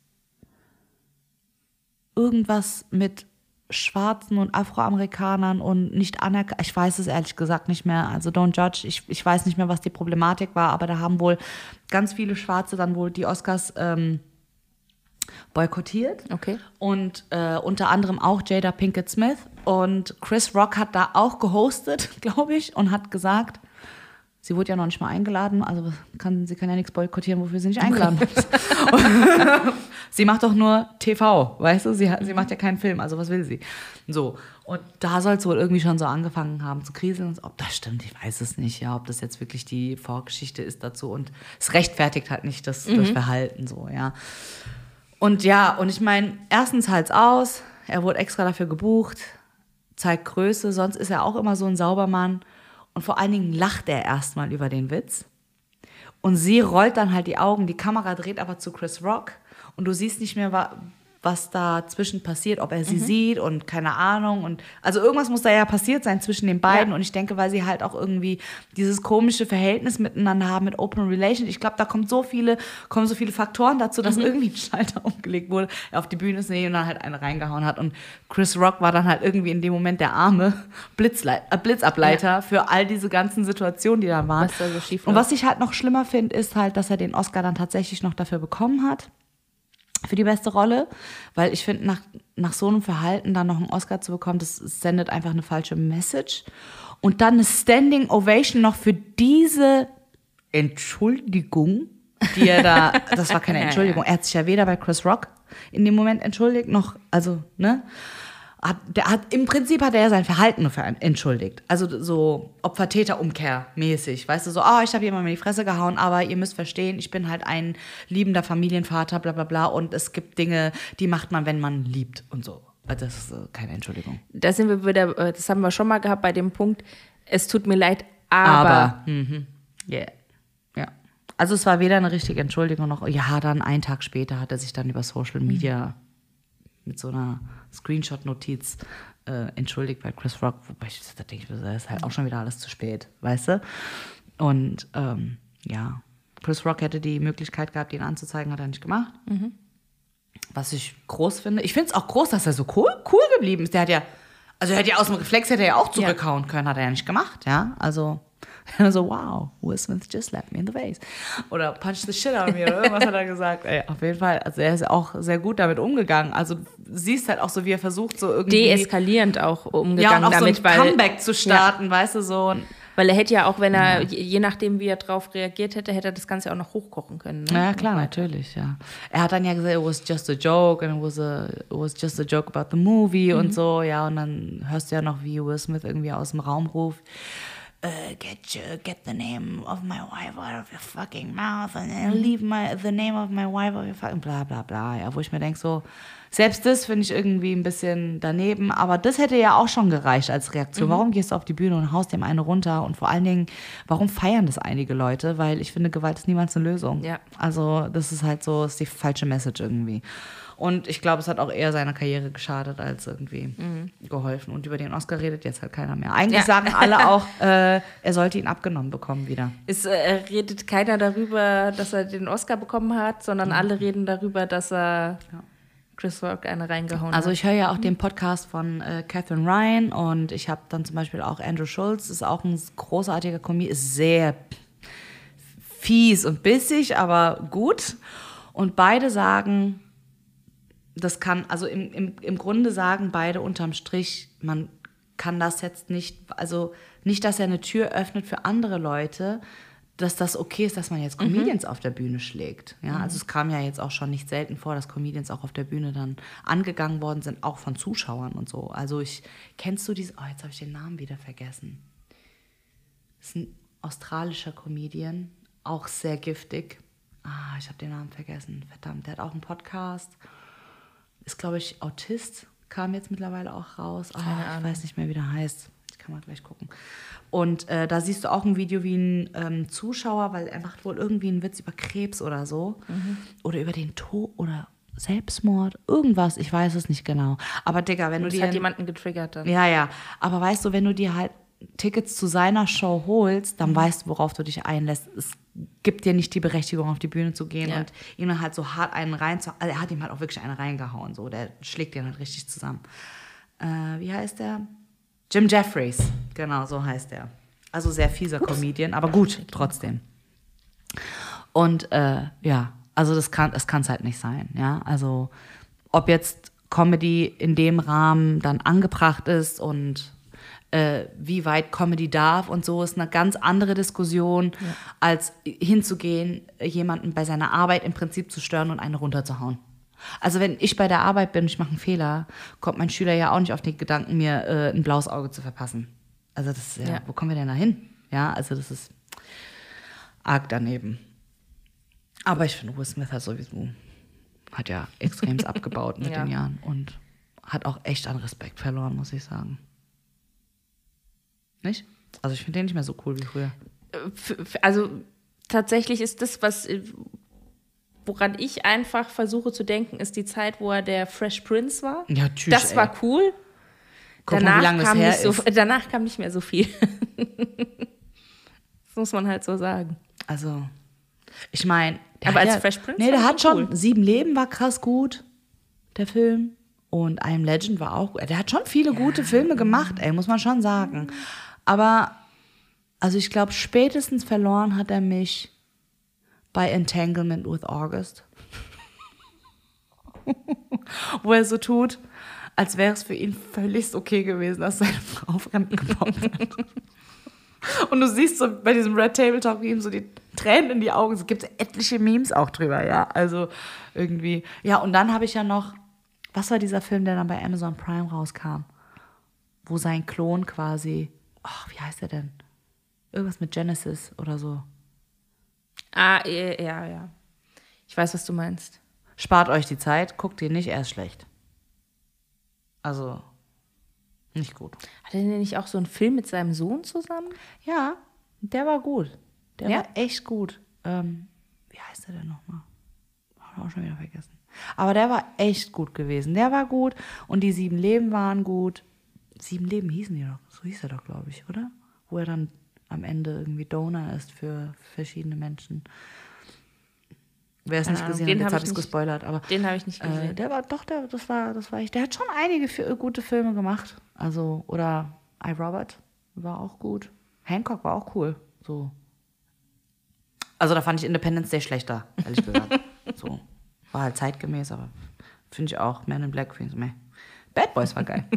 Irgendwas mit Schwarzen und Afroamerikanern und nicht anerkannt. Ich weiß es ehrlich gesagt nicht mehr. Also don't judge. Ich, ich weiß nicht mehr, was die Problematik war, aber da haben wohl ganz viele Schwarze dann wohl die Oscars ähm, boykottiert. Okay. Und äh, unter anderem auch Jada Pinkett Smith. Und Chris Rock hat da auch gehostet, glaube ich, und hat gesagt, sie wurde ja noch nicht mal eingeladen, also kann, sie kann ja nichts boykottieren, wofür sie nicht eingeladen ist. Sie macht doch nur T V, weißt du? Sie, hat, sie macht ja keinen Film, also was will sie? So, und da soll es wohl irgendwie schon so angefangen haben zu kriseln. Ob das stimmt, ich weiß es nicht, ja, ob das jetzt wirklich die Vorgeschichte ist dazu. Und es rechtfertigt halt nicht das, das Verhalten so, ja. Und ja, und ich meine, erstens Hals aus, er wurde extra dafür gebucht, zeigt Größe, sonst ist er auch immer so ein Saubermann. Und vor allen Dingen lacht er erstmal über den Witz. Und sie rollt dann halt die Augen, die Kamera dreht aber zu Chris Rock und du siehst nicht mehr, wa- was dazwischen passiert, ob er sie sieht und keine Ahnung. Und also irgendwas muss da ja passiert sein zwischen den beiden. Ja. Und ich denke, weil sie halt auch irgendwie dieses komische Verhältnis miteinander haben mit Open Relations. Ich glaube, da kommt so viele, kommen so viele Faktoren dazu, dass irgendwie ein Schalter umgelegt wurde, er auf die Bühne ist und dann halt eine reingehauen hat. Und Chris Rock war dann halt irgendwie in dem Moment der arme Blitzleit- äh, Blitzableiter Ja. für all diese ganzen Situationen, die da waren. Was da so schief Und läuft. was ich halt noch schlimmer finde, ist halt, dass er den Oscar dann tatsächlich noch dafür bekommen hat, für die beste Rolle, weil ich finde, nach, nach so einem Verhalten dann noch einen Oscar zu bekommen, das sendet einfach eine falsche Message. Und dann eine Standing Ovation noch für diese Entschuldigung, die er da, das war keine Entschuldigung, er hat sich ja weder bei Chris Rock in dem Moment entschuldigt, noch, also, ne? Hat, der hat, im Prinzip hat er sein Verhalten nur für entschuldigt. Also so Opfer-Täter-Umkehr-mäßig. Weißt du, so, oh, ich habe jemandem in die Fresse gehauen, aber ihr müsst verstehen, ich bin halt ein liebender Familienvater, bla bla bla. Und es gibt Dinge, die macht man, wenn man liebt und so. Also das ist äh, keine Entschuldigung. Da sind wir wieder, das haben wir schon mal gehabt bei dem Punkt, es tut mir leid, aber. Aber, mhm. Yeah. Ja. Also es war weder eine richtige Entschuldigung noch, ja, dann einen Tag später hat er sich dann über Social Media mhm. mit so einer Screenshot-Notiz äh, entschuldigt bei Chris Rock, wobei ich da denke, das ist halt auch schon wieder alles zu spät, weißt du? Und ähm, ja, Chris Rock hätte die Möglichkeit gehabt, ihn anzuzeigen, hat er nicht gemacht. Mhm. Was ich groß finde. Ich finde es auch groß, dass er so cool, cool geblieben ist. Der hat ja, also er hat ja aus dem Reflex hätte er ja auch zurückhauen ja. können, hat er ja nicht gemacht, ja. Also so, wow, Will Smith just slapped me in the face. Oder punch the shit out of me oder irgendwas hat er gesagt. Ey, auf jeden Fall, also er ist auch sehr gut damit umgegangen. Also du siehst halt auch so, wie er versucht, so irgendwie... Deeskalierend auch umgegangen ja, und auch damit. so ein weil, Comeback zu starten, ja. weißt du, so... Weil er hätte ja auch, wenn er, ja. je nachdem, wie er drauf reagiert hätte, hätte er das Ganze auch noch hochkochen können. Ne? Ja, klar, natürlich, ja. Er hat dann ja gesagt, it was just a joke and it was, a, it was just a joke about the movie mhm. und so, ja. Und dann hörst du ja noch, wie Will Smith irgendwie aus dem Raum ruft, Uh, get you, get the name of my wife out of your fucking mouth and then leave my, the name of my wife out of your fucking bla bla bla. Ja, wo ich mir denke, so, selbst das finde ich irgendwie ein bisschen daneben, aber das hätte ja auch schon gereicht als Reaktion. Mhm. Warum gehst du auf die Bühne und haust dem eine runter? Und vor allen Dingen, warum feiern das einige Leute? Weil ich finde, Gewalt ist niemals eine Lösung. Ja. Also das ist halt so, ist die falsche Message irgendwie. Und ich glaube, es hat auch eher seiner Karriere geschadet, als irgendwie mhm. geholfen. Und über den Oscar redet jetzt halt keiner mehr. Eigentlich ja. sagen alle auch, äh, er sollte ihn abgenommen bekommen wieder. Es äh, redet keiner darüber, dass er den Oscar bekommen hat, sondern mhm. alle reden darüber, dass er ja. Chris Rock eine reingehauen also hat. Also ich höre ja auch mhm. den Podcast von äh, Catherine Ryan und ich habe dann zum Beispiel auch Andrew Schulz, ist auch ein großartiger Comedian, ist sehr fies und bissig, aber gut. Und beide sagen... Das kann, also im, im, im Grunde sagen beide unterm Strich, man kann das jetzt nicht, also nicht, dass er eine Tür öffnet für andere Leute, dass das okay ist, dass man jetzt Comedians mhm. auf der Bühne schlägt. Ja, mhm. also es kam ja jetzt auch schon nicht selten vor, dass Comedians auch auf der Bühne dann angegangen worden sind, auch von Zuschauern und so. Also ich, kennst du diese, oh, jetzt habe ich den Namen wieder vergessen. Das ist ein australischer Comedian, auch sehr giftig. Ah, ich habe den Namen vergessen, verdammt, der hat auch einen Podcast. Ist, glaube ich, Autist, kam jetzt mittlerweile auch raus. Oh, ich weiß nicht mehr, wie der heißt. Ich kann mal gleich gucken. Und äh, da siehst du auch ein Video, wie ein ähm, Zuschauer, weil er macht wohl irgendwie einen Witz über Krebs oder so. Mhm. Oder über den Tod oder Selbstmord, irgendwas, ich weiß es nicht genau. Aber Digga, wenn Und du dir... Das hat jemanden getriggert dann. Ja, ja. Aber weißt du, wenn du dir halt Tickets zu seiner Show holst, dann mhm. weißt du, worauf du dich einlässt. Es gibt dir nicht die Berechtigung, auf die Bühne zu gehen ja. und ihm dann halt so hart einen rein zu... Also er hat ihm halt auch wirklich einen reingehauen, so. Der schlägt den halt richtig zusammen. Äh, wie heißt der? Jim Jeffries. Genau, so heißt der. Also sehr fieser Ups. Comedian, aber gut, trotzdem. Und äh, ja, also das kann es kann's halt nicht sein, ja. Also ob jetzt Comedy in dem Rahmen dann angebracht ist und Äh, wie weit Comedy darf und so, ist eine ganz andere Diskussion, ja. als hinzugehen, jemanden bei seiner Arbeit im Prinzip zu stören und einen runterzuhauen. Also wenn ich bei der Arbeit bin und ich mache einen Fehler, kommt mein Schüler ja auch nicht auf den Gedanken, mir äh, ein blaues Auge zu verpassen. Also das, ja, ja. wo kommen wir denn da hin? Ja, also das ist arg daneben. Aber ich finde, Will Smith hat sowieso, hat ja extremst abgebaut mit ja. den Jahren und hat auch echt an Respekt verloren, muss ich sagen. Nicht? Also ich finde den nicht mehr so cool wie früher. Also tatsächlich ist das, was, woran ich einfach versuche zu denken, ist die Zeit, wo er der Fresh Prince war. Ja, tschüss, Das ey. war cool. Guck danach, mal, wie lange kam das her nicht so, ist. danach kam nicht mehr so viel. Das muss man halt so sagen. Also, ich meine... Aber als ja, Fresh Prince Nee, der war hat schon... cool. Sieben Leben war krass gut, der Film. Und I Am Legend war auch gut. Der hat schon viele ja. gute Filme gemacht, ey, muss man schon sagen. Aber, also ich glaube, spätestens verloren hat er mich bei Entanglement with August. Wo er so tut, als wäre es für ihn völlig okay gewesen, dass seine Frau fremdgekommen hat. Und du siehst so bei diesem Red Table Talk, wie ihm so die Tränen in die Augen. Es gibt etliche Memes auch drüber, ja. Also irgendwie. Ja, und dann habe ich ja noch, was war dieser Film, der dann bei Amazon Prime rauskam? Wo sein Klon quasi, ach, wie heißt der denn? Irgendwas mit Genesis oder so. Ah, ja, ja. Ich weiß, was du meinst. Spart euch die Zeit, guckt ihn nicht, er ist schlecht. Also, nicht gut. Hat er denn nicht auch so einen Film mit seinem Sohn zusammen? Ja, der war gut. Der Ja? war echt gut. Ähm, wie heißt der denn nochmal? Habe ich auch schon wieder vergessen. Aber der war echt gut gewesen. Der war gut und die sieben Leben waren gut. Sieben Leben hießen die doch. So hieß er doch, glaube ich, oder? Wo er dann am Ende irgendwie Donor ist für verschiedene Menschen. Wer es Keine nicht Ahnung, gesehen den hat, jetzt hab habe ich ich es nicht- gespoilert. Aber Den habe ich nicht gesehen. äh, der war doch, der, das war, das war echt. Der hat schon einige fi- gute Filme gemacht. Also, oder I, Robert war auch gut. Hancock war auch cool. So. Also da fand ich Independence Day schlechter, ehrlich gesagt. So. War halt zeitgemäß, aber finde ich auch. Man in Black, finde ich meh. Bad Boys war geil.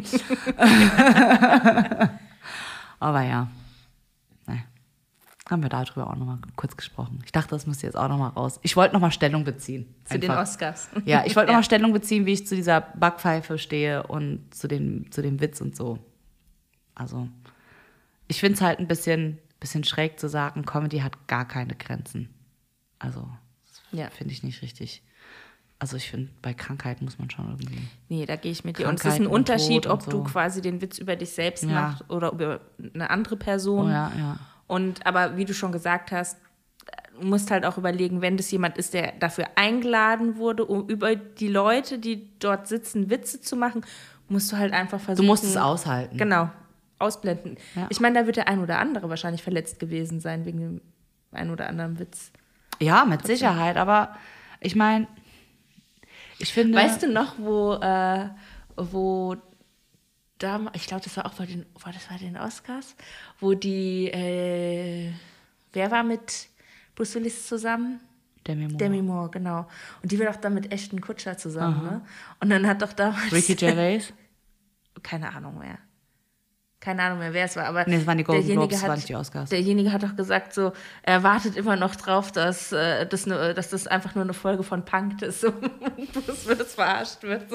Aber ja. Nee. Haben wir darüber auch nochmal kurz gesprochen. Ich dachte, das müsste jetzt auch nochmal raus. Ich wollte nochmal Stellung beziehen. Zu den Einfach. Oscars. Ja, ich wollte Ja. nochmal Stellung beziehen, wie ich zu dieser Backpfeife stehe und zu dem, zu dem Witz und so. Also, ich finde es halt ein bisschen, bisschen schräg zu sagen, Comedy hat gar keine Grenzen. Also, das Ja. finde ich nicht richtig. Also, ich finde, bei Krankheit muss man schon irgendwie. Nee, da gehe ich mit dir. Und es ist ein Krankheiten und Unterschied, Tod und ob du so. quasi den Witz über dich selbst Ja. machst oder über eine andere Person. Oh ja, ja. Und aber wie du schon gesagt hast, du musst halt auch überlegen, wenn das jemand ist, der dafür eingeladen wurde, um über die Leute, die dort sitzen, Witze zu machen, musst du halt einfach Du versuchen. musst es aushalten. Genau, ausblenden. Ja. Ich meine, da wird der ein oder andere wahrscheinlich verletzt gewesen sein wegen dem ein oder anderen Witz. Ja, mit Sicherheit. Aber ich meine, ich finde. Weißt du noch, wo, äh, wo da, ich glaube, das war auch bei den, war das bei den Oscars, wo die, äh, wer war mit Bruce Willis zusammen? Demi Moore. Demi Moore, genau. Und die war doch da mit Ashton Kutcher zusammen, ne? Und dann hat doch damals... Ricky Gervais? Keine Ahnung mehr. Keine Ahnung mehr, wer es war, aber Nee, es waren die Golden derjenige Globes, hat, waren nicht die Oscars. Derjenige hat doch gesagt, so, er wartet immer noch drauf, dass, äh, das, ne, dass das einfach nur eine Folge von Punked ist, so, und Bruce Willis verarscht wird. So.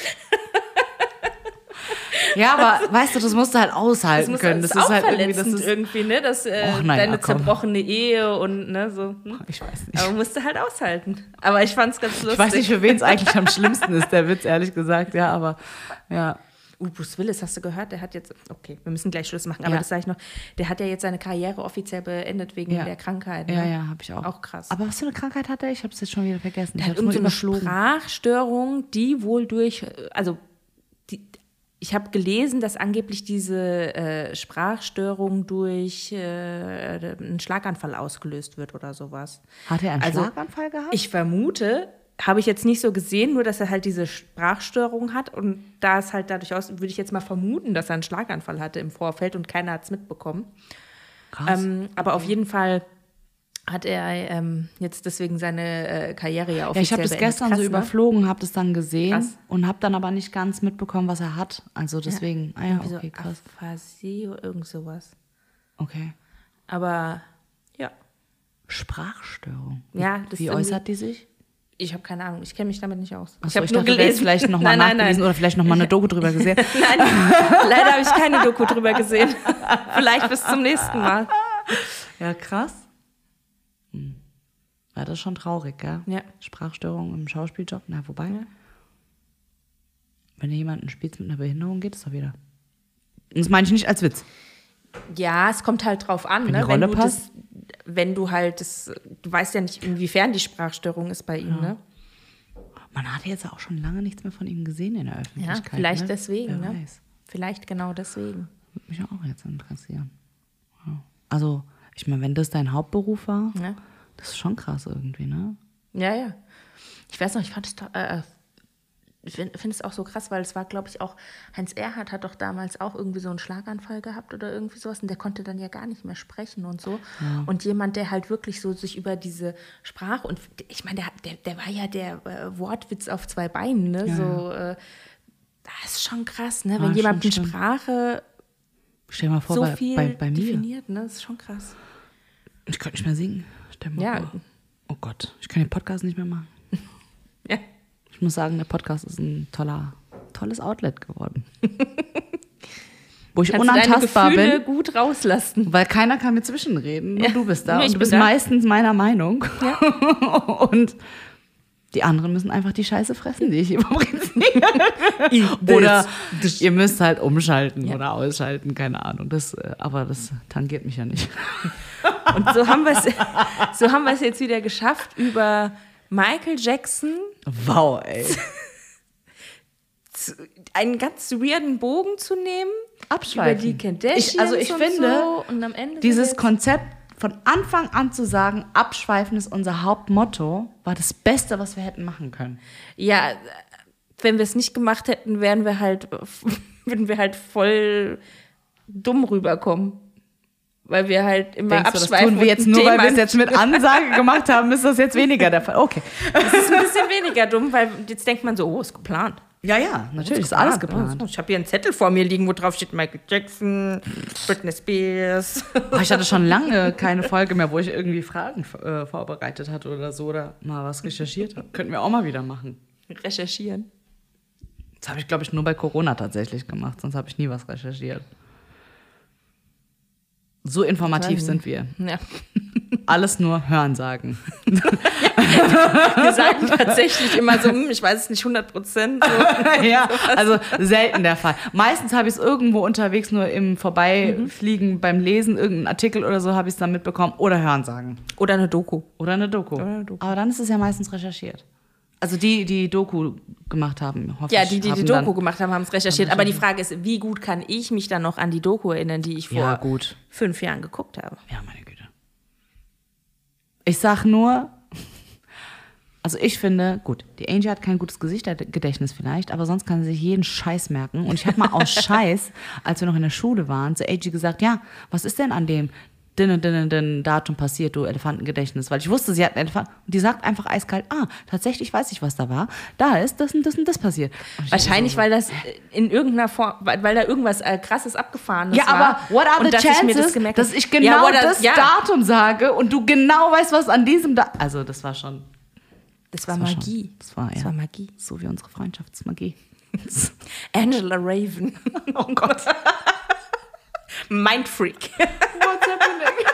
Ja, aber weißt du, das musst du halt Das aushalten muss können. das Das ist ist auch halt irgendwie, verletzend das ist, irgendwie, ne? Dass äh, Och, na ja, deine komm. zerbrochene Ehe und ne, so. Hm? ich weiß nicht. Aber musst du halt aushalten. Aber ich fand's ganz lustig. Ich weiß nicht, für wen es eigentlich am schlimmsten ist, der Witz, ehrlich gesagt. Ja, aber ja. Uh, Bruce Willis, hast du gehört? Der hat jetzt, okay, wir müssen gleich Schluss machen, aber Ja. das sage ich noch, der hat ja jetzt seine Karriere offiziell beendet wegen Ja. der Krankheit. Ja, ne? ja, habe ich auch. Auch krass. Aber was für eine Krankheit hat er? Ich habe es jetzt schon wieder vergessen. Der Ich hat habe es nur irgendeine so eine überflogen. Sprachstörung, die wohl durch, also die, ich habe gelesen, dass angeblich diese äh, Sprachstörung durch äh, einen Schlaganfall ausgelöst wird oder sowas. Hat er einen Also, Schlaganfall gehabt? Ich vermute, habe ich jetzt nicht so gesehen, nur dass er halt diese Sprachstörung hat und da es halt dadurch aus, würde ich jetzt mal vermuten, dass er einen Schlaganfall hatte im Vorfeld und keiner hat es mitbekommen. Krass. Ähm, aber auf jeden Fall hat er ähm, jetzt deswegen seine äh, Karriere ja ja, offiziell ich habe das beendet. gestern Krass, so ne? überflogen, habe das dann gesehen Krass. und habe dann aber nicht ganz mitbekommen, was er hat. Also deswegen, ah ja, Irgendwie okay, so krass. Aphasie oder irgend sowas. Okay. Aber ja, Sprachstörung. Ja, das Wie ist irgendwie- äußert die sich? ich habe keine Ahnung, ich kenne mich damit nicht aus. Achso, ich habe ich nur dachte, du hättest gelesen. vielleicht nochmal Nein, nein, nachgelesen nein. oder vielleicht nochmal eine Doku drüber gesehen. Nein, leider habe ich keine Doku drüber gesehen. Vielleicht bis zum nächsten Mal. Ja, krass. Hm. Ja, das ist schon traurig, gell? Ja. Sprachstörung im Schauspieljob, na, wobei. Wenn du jemanden spielst mit einer Behinderung, geht es doch wieder. Und das meine ich nicht als Witz. Ja, es kommt halt drauf an, Wenn ne? die Rolle du passt. das, wenn du halt das, du weißt ja nicht, inwiefern die Sprachstörung ist bei ihm, ne? Man hat jetzt auch schon lange nichts mehr von ihm gesehen in der Ja, Öffentlichkeit. vielleicht ne? deswegen, Wer ne? weiß. Vielleicht genau deswegen. Würde mich auch jetzt interessieren. Ja. Also, ich meine, wenn das dein Hauptberuf war, Ne? das ist schon krass irgendwie, ne? Ja, ja. Ich weiß noch, ich fand es to- äh, ich finde find es auch so krass, weil es war, glaube ich, auch, Heinz Erhardt hat doch damals auch irgendwie so einen Schlaganfall gehabt oder irgendwie sowas und der konnte dann ja gar nicht mehr sprechen und so. Und jemand, der halt wirklich so sich über diese Sprache und ich meine, der, der, der war ja der äh, Wortwitz auf zwei Beinen, ne? Ja, so, äh, das ist schon krass, ne? Ja, Wenn jemand schon eine schlimm. Sprache Stell dir mal vor, so bei, viel bei, bei mir. definiert, ne? Das ist schon krass. Ich könnte nicht mehr singen. Der Woche. Ja. Oh Gott, ich kann den Podcast nicht mehr machen. Ja. Ich muss sagen, der Podcast ist ein toller, tolles Outlet geworden. Wo ich Kannst du deine unantastbar Gefühle bin, gut rauslassen. weil keiner kann mir zwischenreden. Nur Ja. du bist da Nur ich und du bin bist da. meistens meiner Meinung. Ja. Und die anderen müssen einfach die Scheiße fressen, die ich hier fabriziere. Oder ihr müsst halt umschalten Ja. oder ausschalten, keine Ahnung. Das, äh, aber das tangiert mich ja nicht. Und so haben wir es so haben wir es jetzt wieder geschafft, über Michael Jackson Wow, ey. zu, einen ganz weirden Bogen zu nehmen. Abschweifen. Über die Kardashians Ich, also ich und finde, so. Und am Ende dieses sind wir Konzept von Anfang an zu sagen, abschweifen ist unser Hauptmotto, war das Beste, was wir hätten machen können. jetzt, ja, wenn wir es nicht gemacht hätten, wären wir halt, würden wir halt voll dumm rüberkommen. Weil wir halt immer Denkst du, das abschweifen. tun wir jetzt und nur, ein weil wir es Thema- jetzt mit Ansage gemacht haben, ist das jetzt weniger der Fall. Okay. Das ist ein bisschen weniger dumm, weil jetzt denkt man so, oh, ist geplant. Ja, ja, natürlich ist alles geplant. Ich habe hier einen Zettel vor mir liegen, wo drauf steht Michael Jackson, Britney Spears. Oh, ich hatte schon lange keine Folge mehr, wo ich irgendwie Fragen äh, vorbereitet hatte oder so oder mal was recherchiert habe. Könnten wir auch mal wieder machen. Recherchieren. Das habe ich, glaube ich, nur bei Corona tatsächlich gemacht, sonst habe ich nie was recherchiert. So informativ sind wir. Ja. Alles nur Hörensagen. Wir sagen tatsächlich immer so, hm, ich weiß es nicht hundert Prozent. So. Ja, also selten der Fall. Meistens habe ich es irgendwo unterwegs nur im Vorbeifliegen, beim Lesen, irgendeinen Artikel oder so habe ich es dann mitbekommen. Oder Hörensagen. Oder eine Doku. Oder eine Doku. Oder eine Doku. Aber dann ist es ja meistens recherchiert. Also die, die Doku gemacht haben, hoffe Ja, ich. die, die die haben Doku dann- gemacht haben, haben es recherchiert. Aber die Frage ist, wie gut kann ich mich dann noch an die Doku erinnern, die ich vor Ja, gut. fünf Jahren geguckt habe? Ja, meine Güte. Ich sag nur, also ich finde, gut, die Angie hat kein gutes Gesichtergedächtnis vielleicht, aber sonst kann sie sich jeden Scheiß merken. Und ich habe mal aus Scheiß, als wir noch in der Schule waren, zu Angie gesagt, ja, was ist denn an dem din und din und din Datum passiert, du Elefantengedächtnis? Weil ich wusste, sie hat einen Elefant. Und die sagt einfach eiskalt, ah, tatsächlich weiß ich, was da war. Da ist das und das und das passiert. Und ich Wahrscheinlich, so, weil das in irgendeiner Form, weil, weil da irgendwas äh, krasses Abgefahrenes ja, war. aber what are Und the dass ich mir chances, das gemerkt dass habe. ich genau Ja, what are- das ja. Datum sage und du genau weißt, was an diesem Datum... Also das war schon... Das war Das war Magie. schon- das war, ja. Das war Magie. So wie unsere Freundschaftsmagie. Angela Raven. Oh Gott. Mindfreak. What's happening?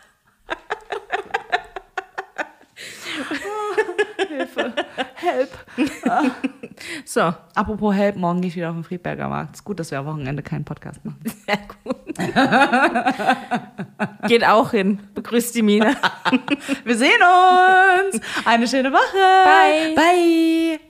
Hilfe. Help. So, Apropos Help, morgen gehe ich wieder auf den Friedberger Markt. Ist gut, dass wir am Wochenende keinen Podcast machen. sehr gut. Geht auch hin. Begrüßt die Mina. Wir sehen uns. Eine schöne Woche. Bye. Bye.